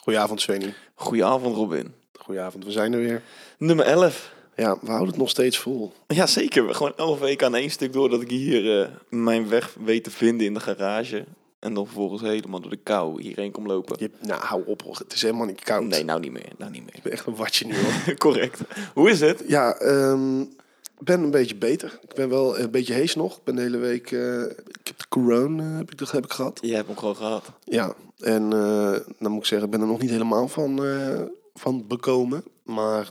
Goedenavond, Svenny. Goedenavond, Robin. Goedenavond, we zijn er weer. Nummer 11. Ja, we houden het nog steeds vol. Ja, zeker. Gewoon 11 weken aan één stuk door dat ik hier mijn weg weet te vinden in de garage. En dan vervolgens helemaal door de kou hierheen kom lopen. Nou, hou op, hoor. Het is helemaal niet koud. Nee, nou niet meer. Ik ben echt een watje nu, hoor. Correct. Hoe is het? Ja, ik ben een beetje beter. Ik ben wel een beetje hees nog. Ik ben de hele week... ik heb de corona heb ik gehad. Jij hebt hem gewoon gehad. Ja, en dan moet ik zeggen, ik ben er nog niet helemaal van bekomen. Maar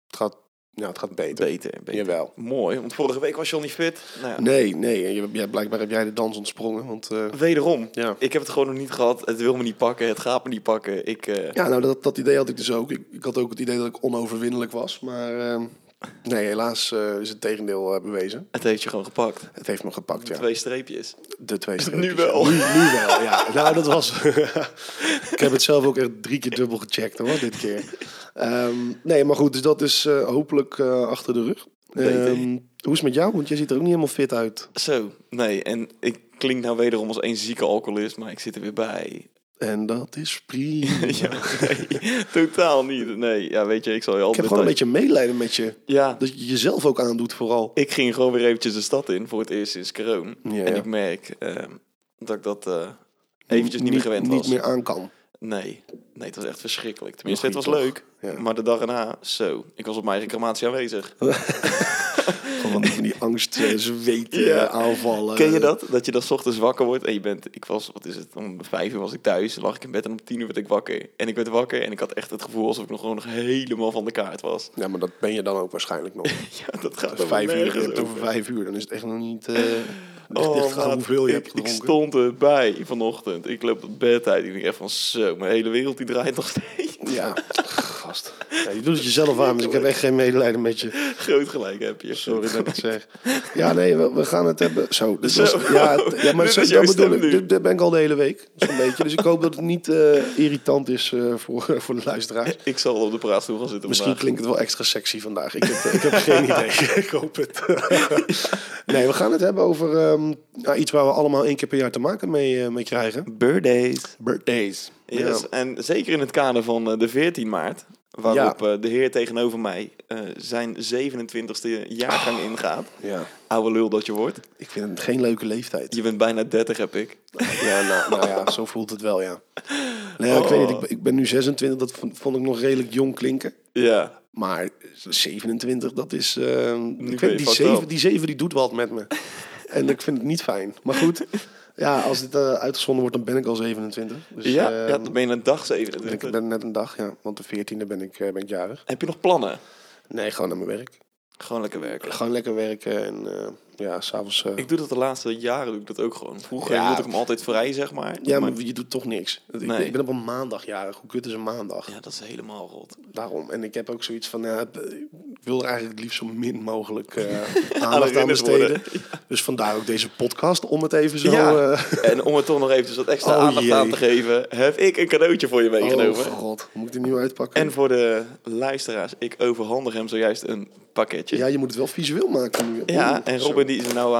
het gaat beter. Beter. Jawel. Mooi, want vorige week was je al niet fit. Nou ja. Nee. Blijkbaar heb jij de dans ontsprongen. Want, Wederom. ja. Ik heb het gewoon nog niet gehad. Het wil me niet pakken. Het gaat me niet pakken. Ja, nou, dat idee had ik dus ook. Ik had ook het idee dat ik onoverwinnelijk was. Maar nee, helaas is het tegendeel bewezen. Het heeft je gewoon gepakt. Het heeft me gepakt, ja. 2 streepjes. De 2 streepjes. Nu wel. Nu wel, ja. Nou, dat was... ik heb het zelf ook echt 3 keer dubbel gecheckt, hoor, dit keer. Nee, maar goed, dus dat is hopelijk achter de rug. Hoe is het met jou? Want jij ziet er ook niet helemaal fit uit. Zo, nee. En ik klink nou wederom als een zieke alcoholist, maar ik zit er weer bij. En dat is prima. Ja, nee, totaal niet. Nee, ja, weet je, ik zal je Ik altijd... heb gewoon een beetje medelijden met je. Ja, Dat je jezelf ook aandoet, vooral. ik ging gewoon weer eventjes de stad in voor het eerst sinds corona. Ja. En ik merk dat ik dat eventjes niet meer gewend was. Niet meer aan kan. Nee, het was echt verschrikkelijk. Tenminste, Nog het was niet, leuk. Ja. Maar de dag erna, ik was op mijn eigen crematie aanwezig. Gewoon van die angst, zweet, Ja. aanvallen. Ken je dat? Dat je dan 's ochtends wakker wordt en ik was, om 5 uur was ik thuis, dan lag ik in bed en om 10 uur werd ik wakker. En ik werd wakker en ik had echt het gevoel alsof ik nog helemaal van de kaart was. Ja, maar dat ben je dan ook waarschijnlijk nog. Ja, dat gaat Als over 5 uur, nergens je hebt over over. 5 uur, dan is het echt nog niet Oh, gaan maat, hoeveel je hebt ik gedronken. stond erbij vanochtend. Ik loop op bed uit. Ik denk echt van zo, mijn hele wereld die draait nog steeds. Ja, gast. Ja, je doet het jezelf aan, dus ik heb echt geen medelijden met je. Groot gelijk heb je. Sorry dat ik het zeg. Ja, nee, we gaan het hebben. Zo, dit Zo. was, ja, maar Dit zo, is jouw dat bedoel stem ik. nu. Dit ben ik al de hele week, zo'n beetje. Dus ik hoop dat het niet irritant is voor de luisteraars. Ik zal op de praatstoel gaan zitten Misschien vandaag. klinkt het wel extra sexy vandaag. Ik heb geen idee. Ik hoop het. Nee, we gaan het hebben over iets waar we allemaal 1 keer per jaar te maken mee krijgen. Birthdays. Birthdays. Yes. Ja. En zeker in het kader van de 14 maart. Waarop de heer tegenover mij zijn 27e jaargang ingaat. Ja, Oude lul dat je wordt. ik vind het geen leuke leeftijd. Je bent bijna 30 heb ik. Ja, nou ja, zo voelt het wel, ja. Nou ja, ik weet niet, ik ben nu 26, dat vond ik nog redelijk jong klinken. Ja. Maar 27, dat is... ik ben je weet, fucked up. die 7 die doet wat met me. En ik vind het niet fijn. Maar goed, ja, als dit uitgezonden wordt, dan ben ik al 27. Dus, Ja, dan ben je een dag ik 27. ben net een dag, ja. Want de 14e ben ik jarig. Heb je nog plannen? Nee, gewoon naar mijn werk. Gewoon lekker werken. Gewoon lekker werken en ja, s'avonds... Ik doe dat de laatste jaren doe ik dat ook gewoon. Vroeger Ja. hield ik hem altijd vrij, zeg maar. ja, maar je doet toch niks. Nee. Ik ben op een maandag jarig. Hoe kut is een maandag? Ja, dat is helemaal rot. Daarom. En ik heb ook zoiets van, ja, ik wil er eigenlijk het liefst zo min mogelijk aandacht aan herinnerd besteden. worden. Dus vandaar ook deze podcast, om het even zo... Ja. En om het toch nog eventjes wat extra Oh, aandacht jee. aan te geven, heb ik een cadeautje voor je meegenomen. Oh god, moet ik die nu uitpakken? En voor de luisteraars, ik overhandig hem zojuist een pakketje. Ja, je moet het wel visueel maken nu. Ja, Oeh, en zo. Robin die is nou aan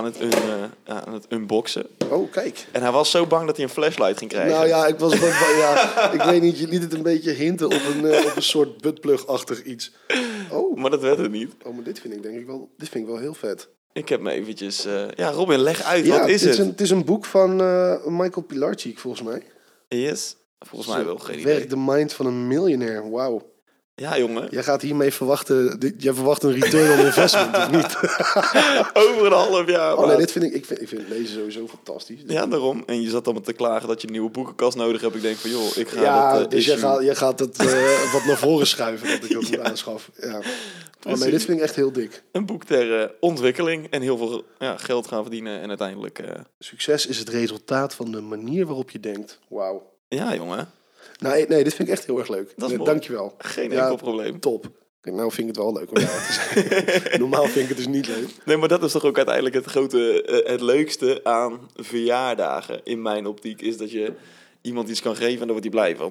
het unboxen. Oh, kijk. En hij was zo bang dat hij een flashlight ging krijgen. Nou ja, ik was wat, ja, ik weet niet, je liet het een beetje hinten op een soort buttplug-achtig iets. Oh. Maar dat werd het niet. Maar dit vind ik wel heel vet. Ik heb me eventjes... ja, Robin, leg uit, Ja, wat is het? Het is een boek van Michael Pilarczyk, volgens mij. Yes. Volgens mij wel, geen idee. Werk the mind van een miljonair. Wauw. Ja, jongen. Jij gaat hiermee verwachten... Jij verwacht een return on investment, of niet? Over een half jaar. Oh nee, maat. dit vind ik vind lezen sowieso fantastisch. Ja, daarom. En je zat allemaal te klagen dat je een nieuwe boekenkast nodig hebt. Ik denk van, joh, ik ga Ja, dat dus issue... jij gaat het wat naar voren schuiven dat ik dat moet aanschaf. Ja. Oh nee, dit vind ik echt heel dik. Een boek ter ontwikkeling en heel veel geld gaan verdienen. En uiteindelijk... Succes is het resultaat van de manier waarop je denkt. Wauw. ja, jongen. Nee, dit vind ik echt heel erg leuk. Dat is mooi. Dankjewel. Geen Ja, enkel probleem. Top. Kijk, nou vind ik het wel leuk om jou te zeggen. Normaal vind ik het dus niet leuk. Nee, maar dat is toch ook uiteindelijk het leukste aan verjaardagen in mijn optiek. Is dat je iemand iets kan geven en daar wordt hij blij van.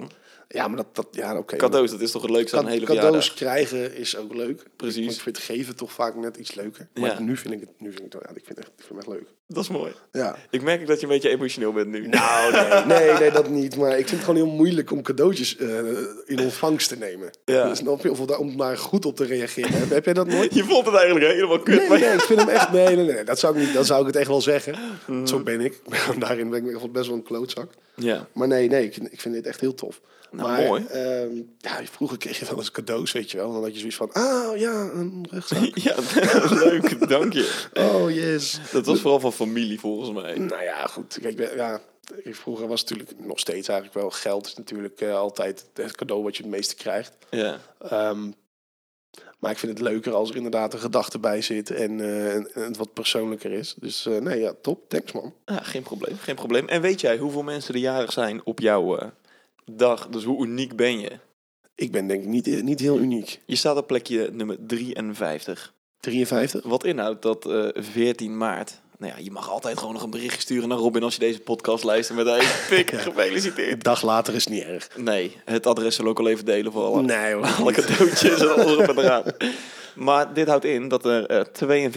Ja, maar oké. Cadeaus, dat is toch het leukste aan een hele Cadeaus verjaardag? krijgen is ook leuk. Precies. Ik vind geven toch vaak net iets leuker. Maar Ja. nu vind ik het echt leuk. Dat is mooi. Ja. Ik merk dat je een beetje emotioneel bent nu. Nou, nee, dat niet. Maar ik vind het gewoon heel moeilijk om cadeautjes in ontvangst te nemen. Ja. Snap je? Of om daar goed op te reageren. Heb jij dat nooit? Je vond het eigenlijk helemaal kut. Nee, ik vind hem echt... Nee, dat zou ik niet. Dan zou ik het echt wel zeggen. Zo ben ik. Daarin ben ik best wel een klootzak. Ja. Maar nee, ik vind dit echt heel tof. Nou, maar, mooi. Vroeger kreeg je wel eens cadeaus, weet je wel. Dan had je zoiets van, een rugzak. Ja, leuk, dank je. Oh, yes. Dat was vooral van familie volgens mij. Nou ja, goed. Kijk, vroeger was het natuurlijk nog steeds eigenlijk wel... Geld is natuurlijk altijd het cadeau wat je het meeste krijgt. Ja. Maar ik vind het leuker als er inderdaad een gedachte bij zit en het wat persoonlijker is. Dus top. Thanks, man. Ja, geen probleem. En weet jij hoeveel mensen er jarig zijn op jouw dag? Dus hoe uniek ben je? Ik ben denk ik niet heel uniek. Je staat op plekje nummer 53. 53? Wat inhoudt dat 14 maart... Nou ja, je mag altijd gewoon nog een berichtje sturen naar Robin als je deze podcast luistert met een pik. Gefeliciteerd. Een dag later is niet erg. Nee, het adres zal ook al even delen voor alle, Nee, hoor. alle cadeautjes en alles erop en eraan. Maar dit houdt in dat er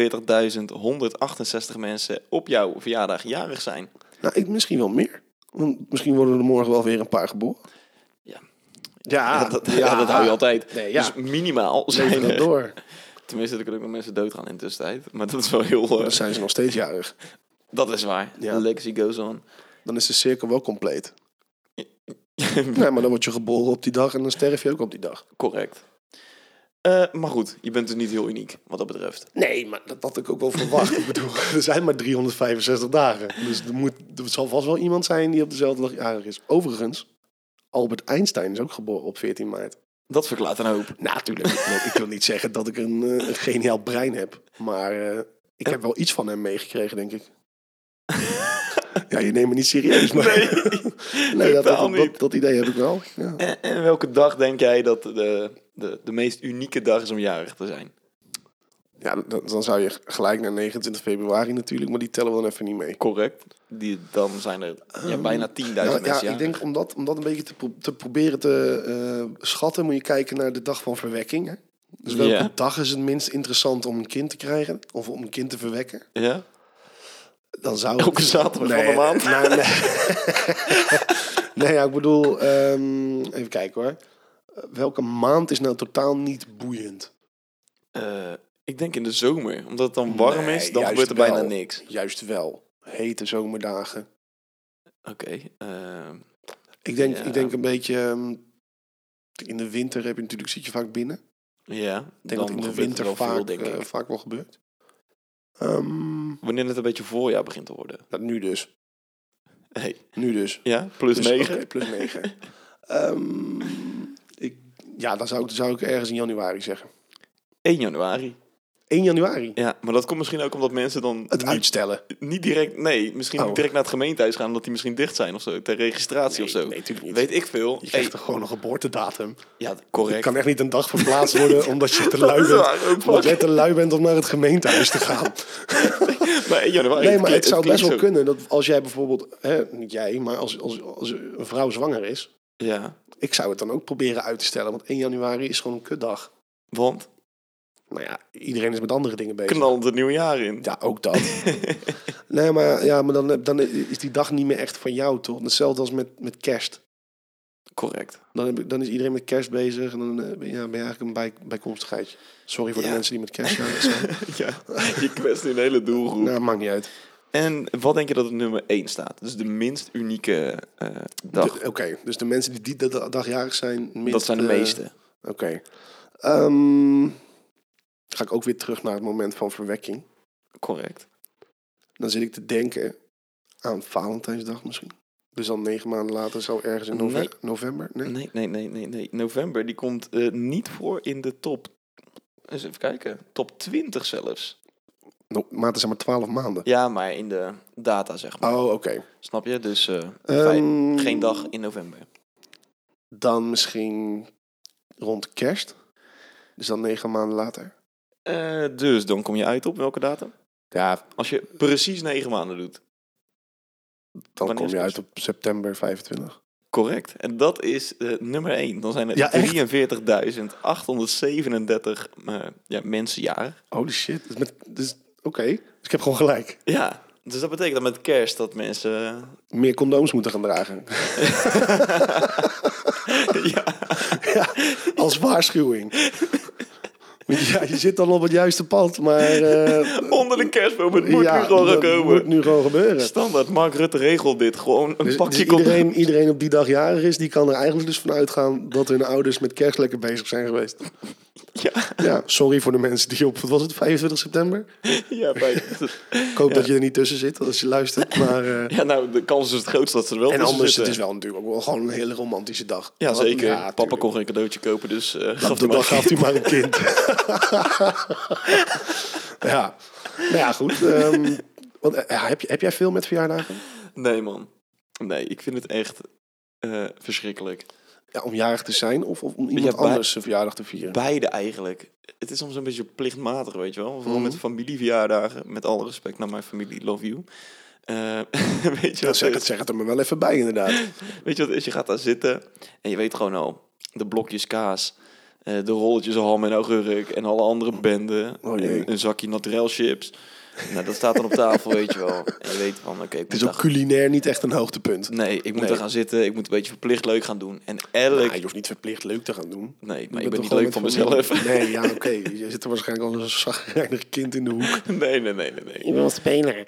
42.168 mensen op jouw verjaardag jarig zijn. Nou, misschien wel meer. Want misschien worden er morgen wel weer een paar geboren. Ja. Ja, Dat hou je altijd. Nee, ja. Dus minimaal Leven zijn dat er... door. Tenminste, er kunnen ook nog mensen doodgaan in de tussentijd. Maar dat is wel heel... Dan zijn ze nog steeds jarig. Dat is waar. Ja. The legacy goes on. Dan is de cirkel wel compleet. Nee, maar dan word je geboren op die dag en dan sterf je ook op die dag. Correct. Maar goed, je bent dus niet heel uniek wat dat betreft. Nee, maar dat had ik ook wel verwacht. Ik bedoel, er zijn maar 365 dagen. Dus er zal vast wel iemand zijn die op dezelfde dag jarig is. Overigens, Albert Einstein is ook geboren op 14 maart. Dat verklaart een hoop. Natuurlijk. Ik wil niet zeggen dat ik een geniaal brein heb. Maar ik heb wel iets van hem meegekregen, denk ik. Ja, je neemt me niet serieus. Maar... Nee, dat idee heb ik wel. Ja. En welke dag denk jij dat de meest unieke dag is om jarig te zijn? Ja, dan zou je gelijk naar 29 februari natuurlijk, maar die tellen we dan even niet mee. Correct. Dan zijn er bijna 10.000 mensen Ja, jarig. ik denk om dat een beetje te proberen te schatten, moet je kijken naar de dag van verwekking. Hè? Dus welke dag is het minst interessant om een kind te krijgen of om een kind te verwekken? Ja? Dan zou Elke zaterdag van de maand? Nee, ja, ik bedoel, even kijken hoor. Welke maand is nou totaal niet boeiend? Ik denk in de zomer. Omdat het dan warm is, dan gebeurt er bijna niks. Juist wel. Hete zomerdagen. Oké. Ik denk een beetje... in de winter zit je vaak binnen. Ja, ik denk dat in de winter vaak wel gebeurt. Wanneer het een beetje voorjaar begint te worden. Nou, nu dus. Hey. Nu dus. Ja, plus 9. Okay, plus 9. Dan zou ik ergens in januari zeggen. 1 januari. 1 januari? Ja, maar dat komt misschien ook omdat mensen dan... uitstellen. Niet direct, misschien niet direct naar het gemeentehuis gaan... omdat die misschien dicht zijn of zo, ter registratie of zo. Nee, natuurlijk niet. Weet ik veel. Je krijgt toch gewoon een geboortedatum? Ja, correct. Het kan echt niet een dag verplaatst worden... omdat je te lui bent om naar het gemeentehuis te gaan. Maar 1 januari... Nee, maar het zou best wel kunnen dat als jij bijvoorbeeld... niet jij, maar als een vrouw zwanger is... Ja. Ik zou het dan ook proberen uit te stellen... want 1 januari is gewoon een kutdag. Want? Nou ja, iedereen is met andere dingen bezig. Knalend het nieuwe jaar in. Ja, ook dat. Nee, maar dan is die dag niet meer echt van jou, toch? Hetzelfde als met kerst. Correct. Dan is iedereen met kerst bezig en dan ben je eigenlijk een bijkomstigheidje. Sorry voor de mensen die met kerst zijn. Ja, je kwetst nu een hele doelgroep. Nou, maakt niet uit. En wat denk je dat het nummer 1 staat? Dus de minst unieke dag. Oké, dus de mensen die dag jarig zijn... dat zijn de meeste. Oké. Ga ik ook weer terug naar het moment van verwekking. Correct. Dan zit ik te denken aan Valentijnsdag misschien. Dus dan 9 maanden later zou ergens in november? Nee. November, die komt niet voor in de top... Eens even kijken. Top 20 zelfs. Maar het zijn maar 12 maanden. Ja, maar in de data, zeg maar. Oh, oké. Snap je? Dus geen dag in november. Dan misschien rond kerst. Dus dan 9 maanden later. Dus dan kom je uit op welke datum? Ja. Als je precies 9 maanden doet. Dan kom je uit op september 25. Correct. En dat is nummer 1. Dan zijn er Ja, echt? 43.837 mensen jarig. Holy shit. Dus, oké. Dus ik heb gewoon gelijk. Ja, dus dat betekent dat met kerst dat mensen... Meer condooms moeten gaan dragen. ja. Ja, als waarschuwing. Ja, je zit dan op het juiste pad, maar... Onder de kerstboom, het moet nu gewoon gaan dat komen. moet nu gewoon gebeuren. Standaard, Mark Rutte regelt dit. Gewoon een Dus pakje iedereen op die dag jarig is, die kan er eigenlijk dus van uitgaan dat hun ouders met kerst lekker bezig zijn geweest. Ja, Ja, sorry voor de mensen die op, wat was het, 25 september? ja, Ik hoop dat je er niet tussen zit als je luistert, maar... ja, nou, de kans is het grootst dat ze er wel en tussen anders, zitten. het is wel natuurlijk ook wel gewoon een hele romantische dag. Ja, zeker. Ja, Papa tuurlijk. kon geen cadeautje kopen, dus Dan gaf hij maar een kind. Ja, nou ja, goed. Heb jij veel met verjaardagen? Nee, man. Nee, ik vind het echt verschrikkelijk. Ja, om jarig te zijn of om iemand anders zijn verjaardag te vieren? Beide eigenlijk. Het is soms een beetje plichtmatig, weet je wel. Vooral met Mhm. familieverjaardagen. Met alle respect naar mijn familie, love you. Weet je Ja, wat het is? zeg het er maar wel even bij, inderdaad. Weet je wat het is? Je gaat daar zitten en je weet gewoon al. De blokjes kaas, de rolletjes ham en augurk en alle andere benden. Oh jee. Een zakje naturel chips. Nou, dat staat dan op tafel, weet je wel. En je weet van, oké, Het is ook culinair niet echt een hoogtepunt. nee, ik moet Nee. er gaan zitten. Ik moet een beetje verplicht leuk gaan doen. En Ja, elk... je hoeft niet verplicht leuk te gaan doen. Nee, maar Je ik ben bent niet toch leuk van gewoon met mezelf. Nee, ja, oké. Je zit er waarschijnlijk als een zagrijnig kind in de hoek. Nee. Ik wil een speler.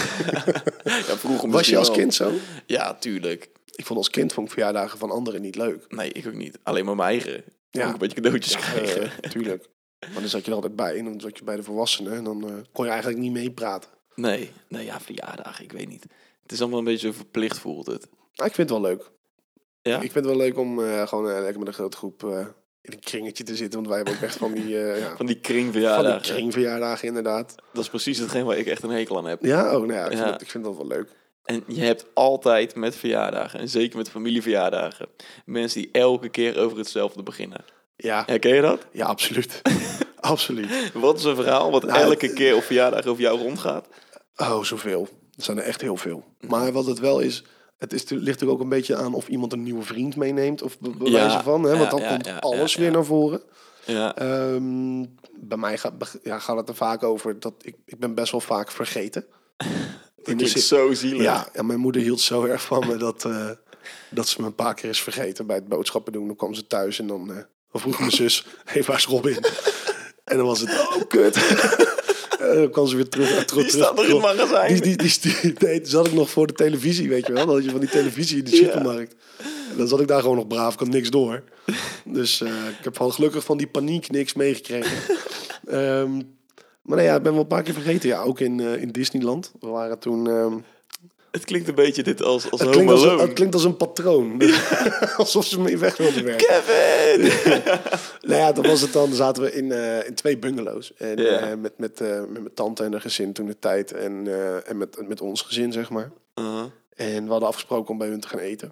Ja, vroeger Was je als misschien kind zo? wel. Ja, tuurlijk. Ik vond als kind verjaardagen van anderen niet leuk. Nee, ik ook niet. Alleen maar mijn eigen. Ja. Ook een beetje cadeautjes krijgen. Tuurlijk. Maar dan zat je er altijd bij en dan zat je bij de volwassenen en dan kon je eigenlijk niet meepraten. Nee, ja, verjaardagen, ik weet niet. Het is allemaal een beetje zo verplicht voelt het. Maar ik vind het wel leuk. Ja? Ik vind het wel leuk om gewoon lekker met een grote groep in een kringetje te zitten. Want wij hebben ook echt van die, Van die van kringverjaardagen. die kringverjaardagen inderdaad. Dat is precies hetgeen waar ik echt een hekel aan heb. Ja, oh, nou ja, Ja. ik vind dat wel leuk. En je hebt altijd met verjaardagen, en zeker met familieverjaardagen, mensen die elke keer over hetzelfde beginnen. Ja, Herken je dat? ja absoluut. Absoluut. Wat is een verhaal wat Nou, elke keer op verjaardag over jou rondgaat? Oh, zoveel. Er zijn er echt heel veel. Maar wat het wel is, ligt natuurlijk ook een beetje aan of iemand een nieuwe vriend meeneemt. Of bewijzen van, hè? Want dan komt alles weer naar voren. Ja, Bij mij gaat het er vaak over dat ik ben best wel vaak vergeten. dat klinkt zo zielig. Ja, en mijn moeder hield zo erg van me dat ze me een paar keer is vergeten bij het boodschappen doen. Dan kwam ze thuis en dan vroeg mijn zus, hey, waar is Robin? En dan was het, oh, kut. En dan kwam ze weer terug. Die staat nog in het magazijn. Nee, toen zat ik nog voor de televisie, weet je wel. Dan had je van die televisie in de supermarkt. En dan zat ik daar gewoon nog braaf, ik had niks door. Dus ik heb gelukkig van die paniek niks meegekregen. Maar nee, ja, ik ben wel een paar keer vergeten. Ja, ook in Disneyland. We waren toen... Het klinkt een beetje dit als het, Home klinkt Alone. het klinkt als een patroon. Alsof ze me weg wilden werken. Kevin! Nou ja, dan was het dan. Dan zaten we in 2 bungalows. En Ja. met mijn tante en haar gezin toen de tijd. En met ons gezin, zeg maar. Uh-huh. En we hadden afgesproken om bij hun te gaan eten.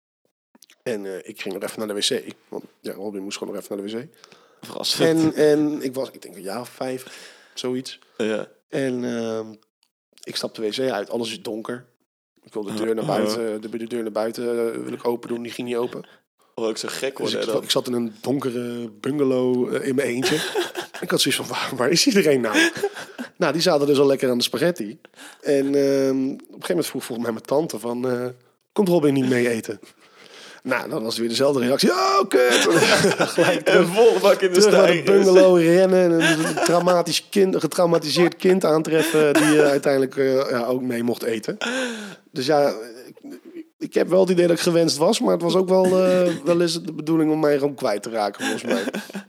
En ik ging nog even naar de wc. Want ja, Robin moest gewoon nog even naar de wc. Verrassend. En ik denk een jaar of 5, zoiets. Ja. En ik stap de wc uit. Alles is donker. Ik wil de deur naar buiten. De deur naar buiten wil ik open doen. Die ging niet open. Oh, ik zo gek Dus worden. ik zat in een donkere bungalow in mijn eentje. Ik had zoiets van, waar is iedereen nou? Nou, die zaten dus al lekker aan de spaghetti. En op een gegeven moment vroeg volgens mij mijn tante van... komt Robin niet mee eten? Nou, dan was het weer dezelfde reactie. Oh, kut! Gelijk En volle bak in de terug naar de stijgers. bungalow rennen. En een getraumatiseerd kind aantreffen... die uiteindelijk ook mee mocht eten. Dus ja... Ik heb wel het idee dat ik gewenst was, maar het was ook wel eens de bedoeling om mij gewoon kwijt te raken, volgens mij.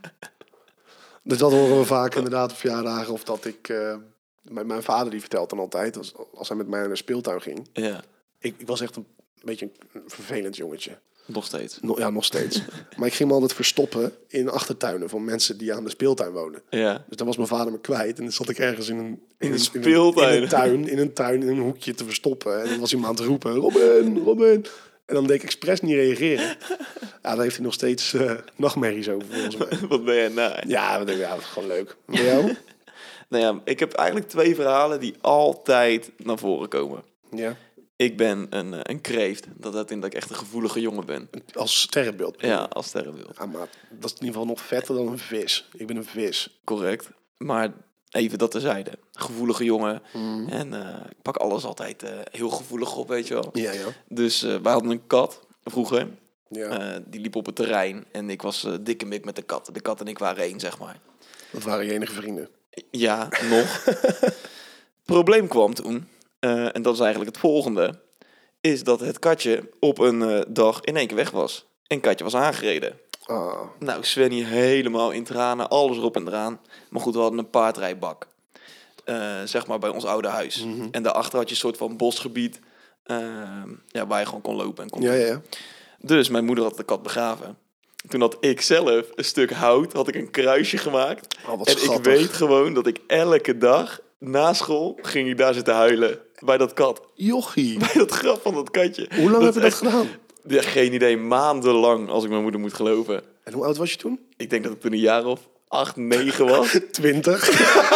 Dus dat horen we vaak inderdaad op verjaardagen. Of dat ik... mijn vader die vertelt dan altijd, als hij met mij naar de speeltuin ging. Ja, Ik was echt een beetje een vervelend jongetje. nog steeds. Ja, nog steeds. Maar ik ging me altijd verstoppen in achtertuinen van mensen die aan de speeltuin wonen. Ja. Dus dan was mijn vader me kwijt. En dan zat ik ergens in speeltuin. in een hoekje te verstoppen. En dan was iemand aan het roepen, Robin, Robin. En dan deed ik expres niet reageren. Ja, daar heeft hij nog steeds nachtmerries over, volgens mij. Wat ben jij naar? Ja, dat is gewoon leuk. Bij jou? Nou ja, ik heb eigenlijk 2 verhalen die altijd naar voren komen. Ja. Ik ben een kreeft. Dat houdt in dat ik echt een gevoelige jongen ben. Als sterrenbeeld. Ja, als sterrenbeeld. Ja, maar dat is in ieder geval nog vetter dan een vis. Ik ben een vis. Correct. Maar even dat terzijde. Gevoelige jongen. En ik pak alles altijd heel gevoelig op, weet je wel. Ja. Dus wij hadden een kat vroeger. Ja. Die liep op het terrein. En ik was dikke mik met de kat. De kat en ik waren één, zeg maar. Dat waren je enige vrienden. Ja, nog. Probleem kwam toen. En dat is eigenlijk het volgende. Is dat het katje op een dag in één keer weg was. En het katje was aangereden. Ah. Nou, Svenny helemaal in tranen, alles erop en eraan. Maar goed, we hadden een paardrijbak. Zeg maar bij ons oude huis. En daarachter had je een soort van bosgebied. Waar je gewoon kon lopen en kon. Ja. Dus mijn moeder had de kat begraven. Toen had ik zelf een stuk hout, had ik een kruisje gemaakt. Oh, wat en schattig. ik weet gewoon dat ik elke dag na school ging ik daar zitten huilen. Bij dat kat. Jochie. Bij dat graf van dat katje. Hoe lang heb je dat echt- gedaan? Ja, geen idee, maandenlang als ik mijn moeder moet geloven. En hoe oud was je toen? Ik denk dat ik toen een jaar of 8, 9 was. 20.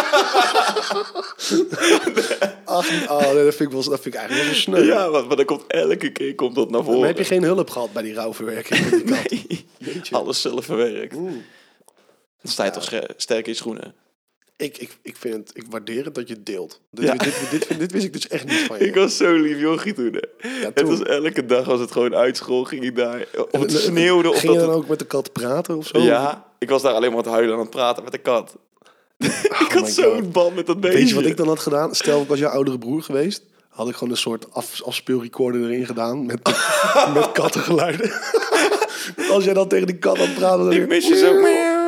Nee, dat vind ik eigenlijk wel zo sneu. Ja, maar dan komt elke keer komt dat naar voren. Maar heb je geen hulp gehad bij die rouwverwerking? Van die kat? Nee, Jeetje. alles zelf verwerkt. Oeh. Dan sta je toch sterk in je schoenen. Ik waardeer het dat je het deelt. Ja. Dit wist ik dus echt niet van je. Ik was zo lief jochie toen. Hè. Ja, Het toen. was elke dag als het gewoon uit school ging ik daar. Of het En- sneeuwde. Of Ging je dat dan ook met de kat praten of zo? Ja, ik was daar alleen maar aan het huilen en aan het praten met de kat. Ik my had zo'n God. band met dat beestje. Weet je wat ik dan had gedaan? Stel, ik was jouw oudere broer geweest. Had ik gewoon een soort afspeelrecorder erin gedaan. Met kattengeluiden. Als jij dan tegen die kat aan het praten... Dan Ik mis je zo.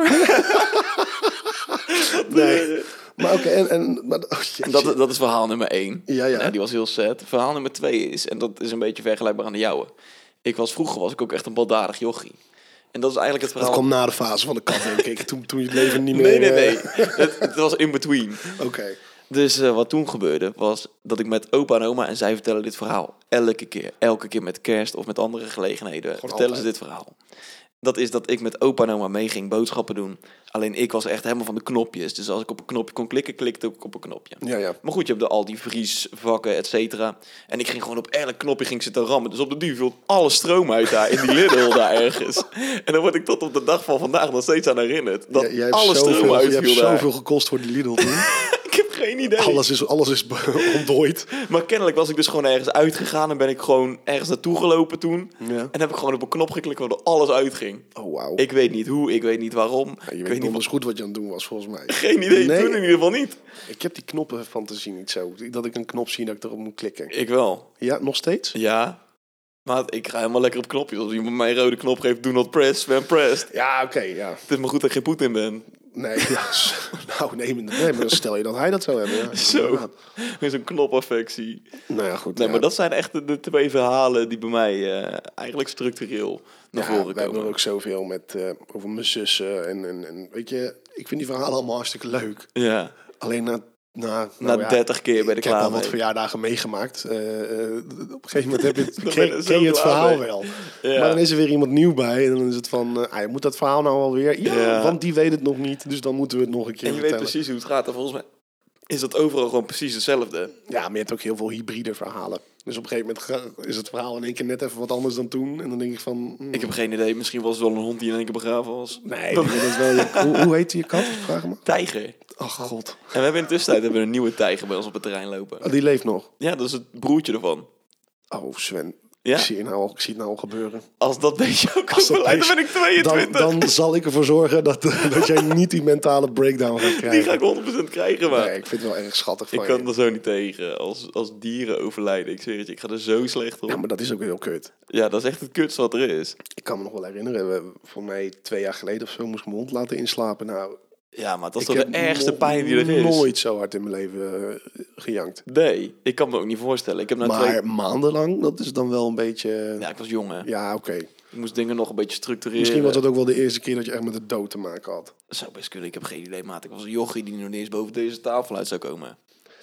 Nee. Maar oké, maar, oh, jeetje. Dat is verhaal nummer 1. Ja. Die was heel sad. Verhaal nummer 2 is, en dat is een beetje vergelijkbaar aan de jouwe. Vroeger was ik ook echt een baldadig jochie. En dat is eigenlijk het Dat verhaal... kwam na de fase van de kat, denk ik. Toen je het leven niet meer... Nee. Het was in between. Oké. Dus wat toen gebeurde, was dat ik met opa en oma... en zij vertellen dit verhaal elke keer met kerst of met andere gelegenheden... vertellen altijd. ze dit verhaal. Dat is dat ik met opa en oma mee ging boodschappen doen. Alleen ik was echt helemaal van de knopjes. Dus als ik op een knopje kon klikken, klikte ik op een knopje. Ja. Maar goed, je hebt al die vriesvakken, et cetera. En ik ging gewoon op elk knopje zitten rammen. Dus op de duur viel alle stroom uit daar, in die Lidl daar ergens. En dan word ik tot op de dag van vandaag nog steeds aan herinnerd. Dat Jij hebt alle stroom je hebt uitviel daar. zoveel gekost voor die Lidl toen. Ik heb geen idee. Alles is ontdooid. Maar kennelijk was ik dus gewoon ergens uitgegaan en ben ik gewoon ergens naartoe gelopen toen. Ja. En heb ik gewoon op een knop geklikt waardoor alles uitging. Oh, wauw. Ik weet niet hoe, ik weet niet waarom. Ja, je ik weet weet niet donders goed wat je aan het doen was, volgens mij. Geen idee, Nee. toen in ieder geval niet. Ik heb die knoppenfantasie niet zo. Dat ik een knop zie dat ik erop moet klikken. Ik wel. Ja, nog steeds? Ja. Maar ik ga helemaal lekker op knopjes. Als iemand mij een rode knop geeft, do not press, ben pressed. Ja, oké, ja. Het is maar goed dat ik geen Poetin ben. Nee, maar dan stel je dat hij dat zou hebben. Ja. Zo. Inderdaad. Met zo'n knopaffectie. Nou ja, goed. Nee, ja. maar dat zijn echt de 2 verhalen die bij mij eigenlijk structureel naar voren we hebben komen. er ook zoveel met over mijn zussen. En weet je, ik vind die verhalen allemaal hartstikke leuk. Ja, Alleen na na 30 keer ben ik ik heb klaar al wat mee. verjaardagen meegemaakt. Op een gegeven moment Dan ben je zo ken je het klaar verhaal mee. wel. Ja. Maar dan is er weer iemand nieuw bij. En dan is het van, je moet dat verhaal nou alweer. Ja, Ja. want die weet het nog niet. Dus dan moeten we het nog een keer En je weet vertellen. precies hoe het gaat. En volgens mij is dat overal gewoon precies hetzelfde. Ja, maar je hebt ook heel veel hybride verhalen. Dus op een gegeven moment is het verhaal in één keer net even wat anders dan toen. En dan denk ik van... Ik heb geen idee. Misschien was het wel een hond die in één keer begraven was. Nee, dat is wel... hoe heet je kat? Vraag me. Tijger. Ach, god. En we hebben in de tussentijd een nieuwe tijger bij ons op het terrein lopen. Oh, die leeft nog. Ja, dat is het broertje ervan. Oh, Sven. Ja? Ik zie het nou al gebeuren. Als dat beestje ook Als dat overlijdt, dan ben ik 22. Dan zal ik ervoor zorgen dat jij niet die mentale breakdown gaat Die krijgen. ga ik 100% krijgen, maar... Nee, ik vind het wel erg schattig van Ik kan je. er zo niet tegen. Als dieren overlijden. Ik zeg het je, ik ga er zo slecht op. Ja, maar dat is ook heel kut. Ja, dat is echt het kutste wat er is. Ik kan me nog wel herinneren, voor mij 2 jaar geleden of zo moest ik mijn hond laten inslapen. Nou, Ja, maar dat is ik toch de heb ergste nog pijn die er is? nooit zo hard in mijn leven gejankt. Nee, ik kan me ook niet voorstellen. Ik heb nou Maar maandenlang, dat is dan wel een beetje... Ja, ik was jong, hè. Ja, oké. Ik moest dingen nog een beetje structureren. Misschien was dat ook wel de eerste keer dat je echt met de dood te maken had. Dat zou best kunnen. Ik heb geen idee, maat. Ik was een jochie die nog niet eens boven deze tafel uit zou komen.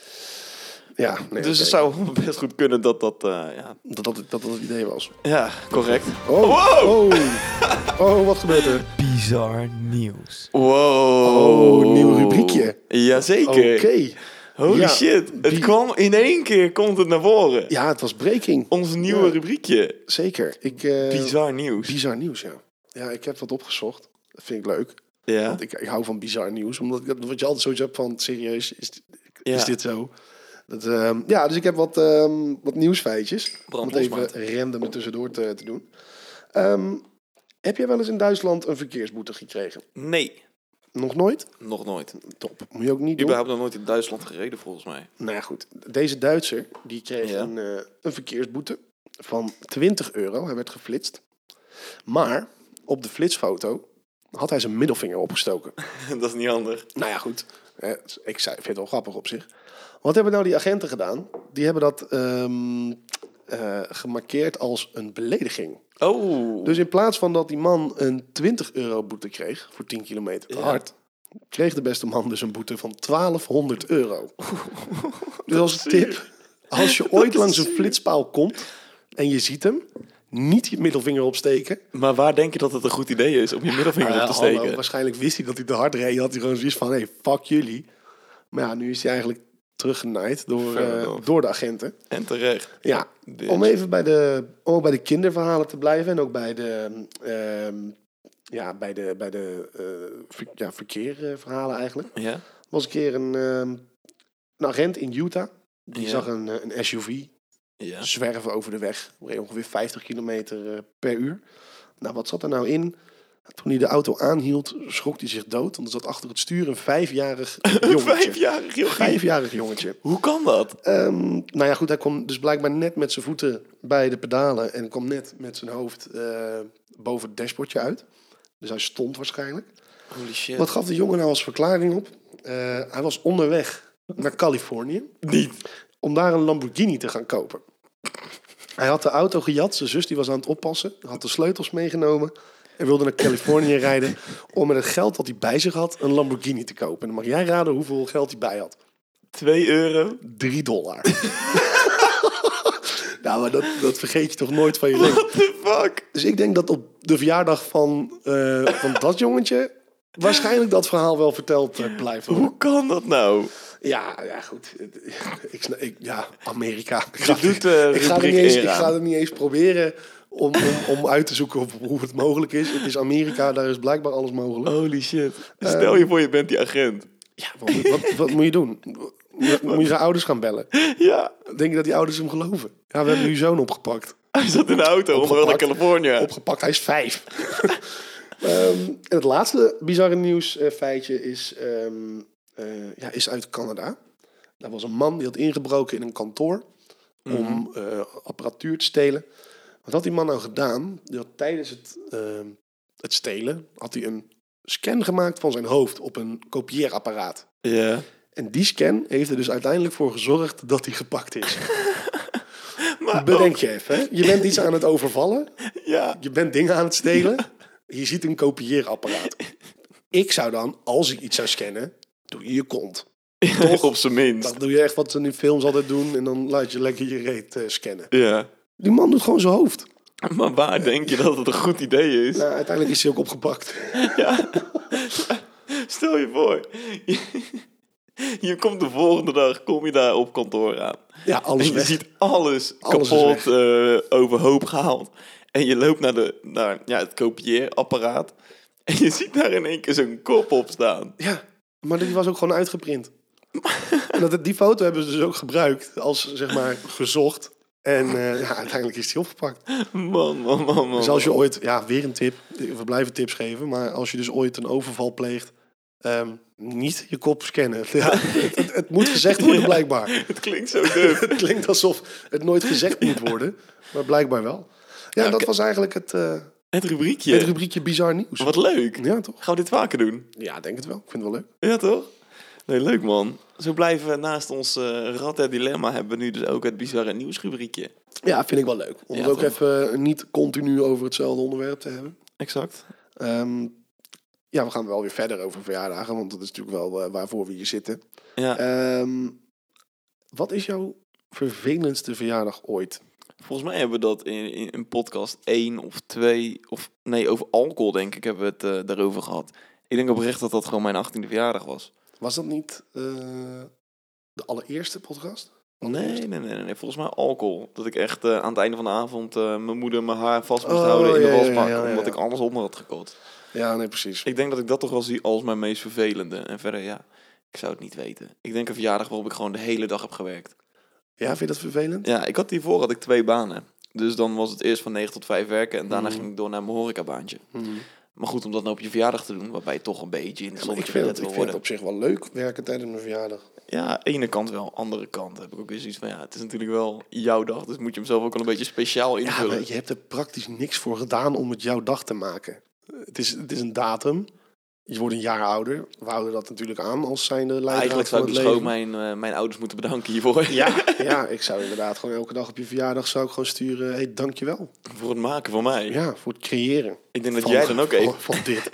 Ja, nee, Dus het oké. zou best goed kunnen dat ja... Dat het idee was. Ja, correct. Oh, Wow! oh, wat gebeurt er? Bizar nieuws. Oh, Wow. nieuw rubriekje. Jazeker. Oké. Holy Ja, shit. Het kwam in één keer komt het naar voren. Ja, het was breaking. Ons nieuwe rubriekje. Zeker. Bizar nieuws. Bizar nieuws, ja. Ja, ik heb wat opgezocht. Dat vind ik leuk. Ja. Want ik hou van bizar nieuws. Omdat wat je altijd zoiets hebt van, serieus, is dit zo? Dus ik heb wat nieuwsfeitjes. Om het even random er tussendoor te doen. Heb jij wel eens in Duitsland een verkeersboete gekregen? Nee. Nog nooit? Nog nooit. Top. Moet je ook niet doen. Überhaupt nog nooit in Duitsland gereden, volgens mij. Nou ja, goed. Deze Duitser, die kreeg een verkeersboete van €20. Hij werd geflitst. Maar op de flitsfoto had hij zijn middelvinger opgestoken. Dat is niet handig. Nou ja, goed. Ik vind het wel grappig op zich. Wat hebben nou die agenten gedaan? Die hebben dat gemarkeerd als een belediging. Oh. Dus in plaats van dat die man een €20 boete kreeg voor 10 kilometer te hard, kreeg de beste man dus een boete van €1200. Dus als tip, als je ooit langs een flitspaal komt en je ziet hem, niet je middelvinger opsteken. Maar waar denk je dat het een goed idee is om je middelvinger op te steken? Hallo, waarschijnlijk wist hij dat hij te hard reed. Had hij gewoon zoiets van, hey, fuck jullie. Maar ja, nu is hij eigenlijk teruggenaaid door de agenten. En terecht. Ja, om even bij de kinderverhalen te blijven en ook bij de verkeerverhalen eigenlijk. Ja. Was een keer een agent in Utah. Die zag een SUV zwerven over de weg. Reed ongeveer 50 kilometer per uur. Nou, wat zat er nou in? Toen hij de auto aanhield, schrok hij zich dood. Want er zat achter het stuur een 5-jarig jongetje. 5-jarig jongetje. Hoe kan dat? Nou ja, goed, hij kwam dus blijkbaar net met zijn voeten bij de pedalen. En kwam net met zijn hoofd boven het dashboardje uit. Dus hij stond waarschijnlijk. Holy shit. Wat gaf de jongen nou als verklaring op? Hij was onderweg naar Californië. Niet. Om daar een Lamborghini te gaan kopen. Hij had de auto gejat. Zijn zus die was aan het oppassen. Had de sleutels meegenomen. En wilde naar Californië rijden. Om met het geld dat hij bij zich had een Lamborghini te kopen. En dan mag jij raden hoeveel geld hij bij had. €2? $3. Nou, maar dat vergeet je toch nooit van je leven. What the fuck? Dus ik denk dat op de verjaardag van dat jongetje waarschijnlijk dat verhaal wel verteld blijft. Hoe kan dat nou? Ja, goed. Amerika. Ik ga het niet eens proberen om uit te zoeken hoe het mogelijk is. Het is Amerika, daar is blijkbaar alles mogelijk. Holy shit. Stel je voor je bent die agent. Ja, wat moet je doen? Moet je zijn ouders gaan bellen? Ja. Denk je dat die ouders hem geloven? Ja, we hebben uw zoon opgepakt. Hij zat in de auto onderweg naar Californië. Opgepakt, hij is 5. En het laatste bizarre nieuws feitje is uit Canada. Daar was een man die had ingebroken in een kantoor om apparatuur te stelen. Wat had die man nou gedaan? Die had tijdens het stelen had hij een scan gemaakt van zijn hoofd op een kopieerapparaat. Ja. En die scan heeft er dus uiteindelijk voor gezorgd dat hij gepakt is. Maar bedenk je even, hè? Je bent iets aan het overvallen. Ja. Je bent dingen aan het stelen. Je ziet een kopieerapparaat. Ik zou dan, als ik iets zou scannen, doe je kont. Toch op zijn minst. Dan doe je echt wat ze in films altijd doen en dan laat je lekker je reet scannen. Ja. Die man doet gewoon zijn hoofd. Maar waar denk je dat het een goed idee is? Nou, uiteindelijk is hij ook opgepakt. Ja. Stel je voor. Je komt de volgende dag, kom je daar op kantoor aan. Ja, alles en je weg. ziet alles kapot, overhoop gehaald. En je loopt naar het kopieerapparaat. En je ziet daar in één keer zo'n kop op staan. Ja, maar die was ook gewoon uitgeprint. En die foto hebben ze dus ook gebruikt als, zeg maar, gezocht. En uiteindelijk is die opgepakt. Man. Dus als je ooit, weer een tip, we blijven tips geven, maar als je dus ooit een overval pleegt, niet je kop scannen. Ja, het moet gezegd worden, blijkbaar. Het klinkt zo duf. Het klinkt alsof het nooit gezegd moet worden, maar blijkbaar wel. Ja, dat was eigenlijk het rubriekje. Het rubriekje bizar nieuws. Wat leuk. Ja, toch? Gaan we dit vaker doen? Ja, denk het wel. Ik vind het wel leuk. Ja, toch? Nee, leuk man. Zo blijven we naast ons Rad het Dilemma hebben we nu dus ook het bizarre nieuwsrubriekje. Ja, vind ik wel leuk. Om het ook even niet continu over hetzelfde onderwerp te hebben. Exact. We gaan wel weer verder over verjaardagen, want dat is natuurlijk wel waarvoor we hier zitten. Ja. Wat is jouw vervelendste verjaardag ooit? Volgens mij hebben we dat in podcast 1 of 2, over alcohol denk ik, hebben we het daarover gehad. Ik denk oprecht dat dat gewoon mijn 18e verjaardag was. Was dat niet De allereerste podcast? Nee. Volgens mij alcohol. Dat ik echt aan het einde van de avond mijn moeder mijn haar vast moest Oh, houden in de ja, wasbak. ja. Omdat ik alles onder had gekot. Ja, nee, precies. Ik denk dat ik dat toch wel zie als mijn meest vervelende. En verder, ja, ik zou het niet weten. Ik denk een verjaardag waarop ik gewoon de hele dag heb gewerkt. Ja, vind je dat vervelend? Ja, hiervoor had ik 2 banen. Dus dan was het eerst van 9 tot 5 werken. En daarna ging ik door naar mijn horecabaantje. Maar goed, om dat nou op je verjaardag te doen, waarbij je toch een beetje in het Maar ik zonnetje vind gezet het wil worden. op zich wel leuk, werken tijdens mijn verjaardag. Ja, ene kant wel. Andere kant heb ik ook weer zoiets van, ja, het is natuurlijk wel jouw dag. Dus moet je hem zelf ook wel een beetje speciaal Ja, invullen. maar je hebt er praktisch niks voor gedaan om het jouw dag te maken. Het is een datum. Je wordt een jaar ouder. We houden dat natuurlijk aan als zijnde leidraad Eigenlijk van zou ik het dus leven. gewoon mijn ouders moeten bedanken hiervoor. Ja, ik zou inderdaad gewoon elke dag op je verjaardag zou ik gewoon sturen. Hey, dankjewel. Voor het maken van mij. Ja, voor het creëren. Ik denk dat jij dan ook even... Van dit.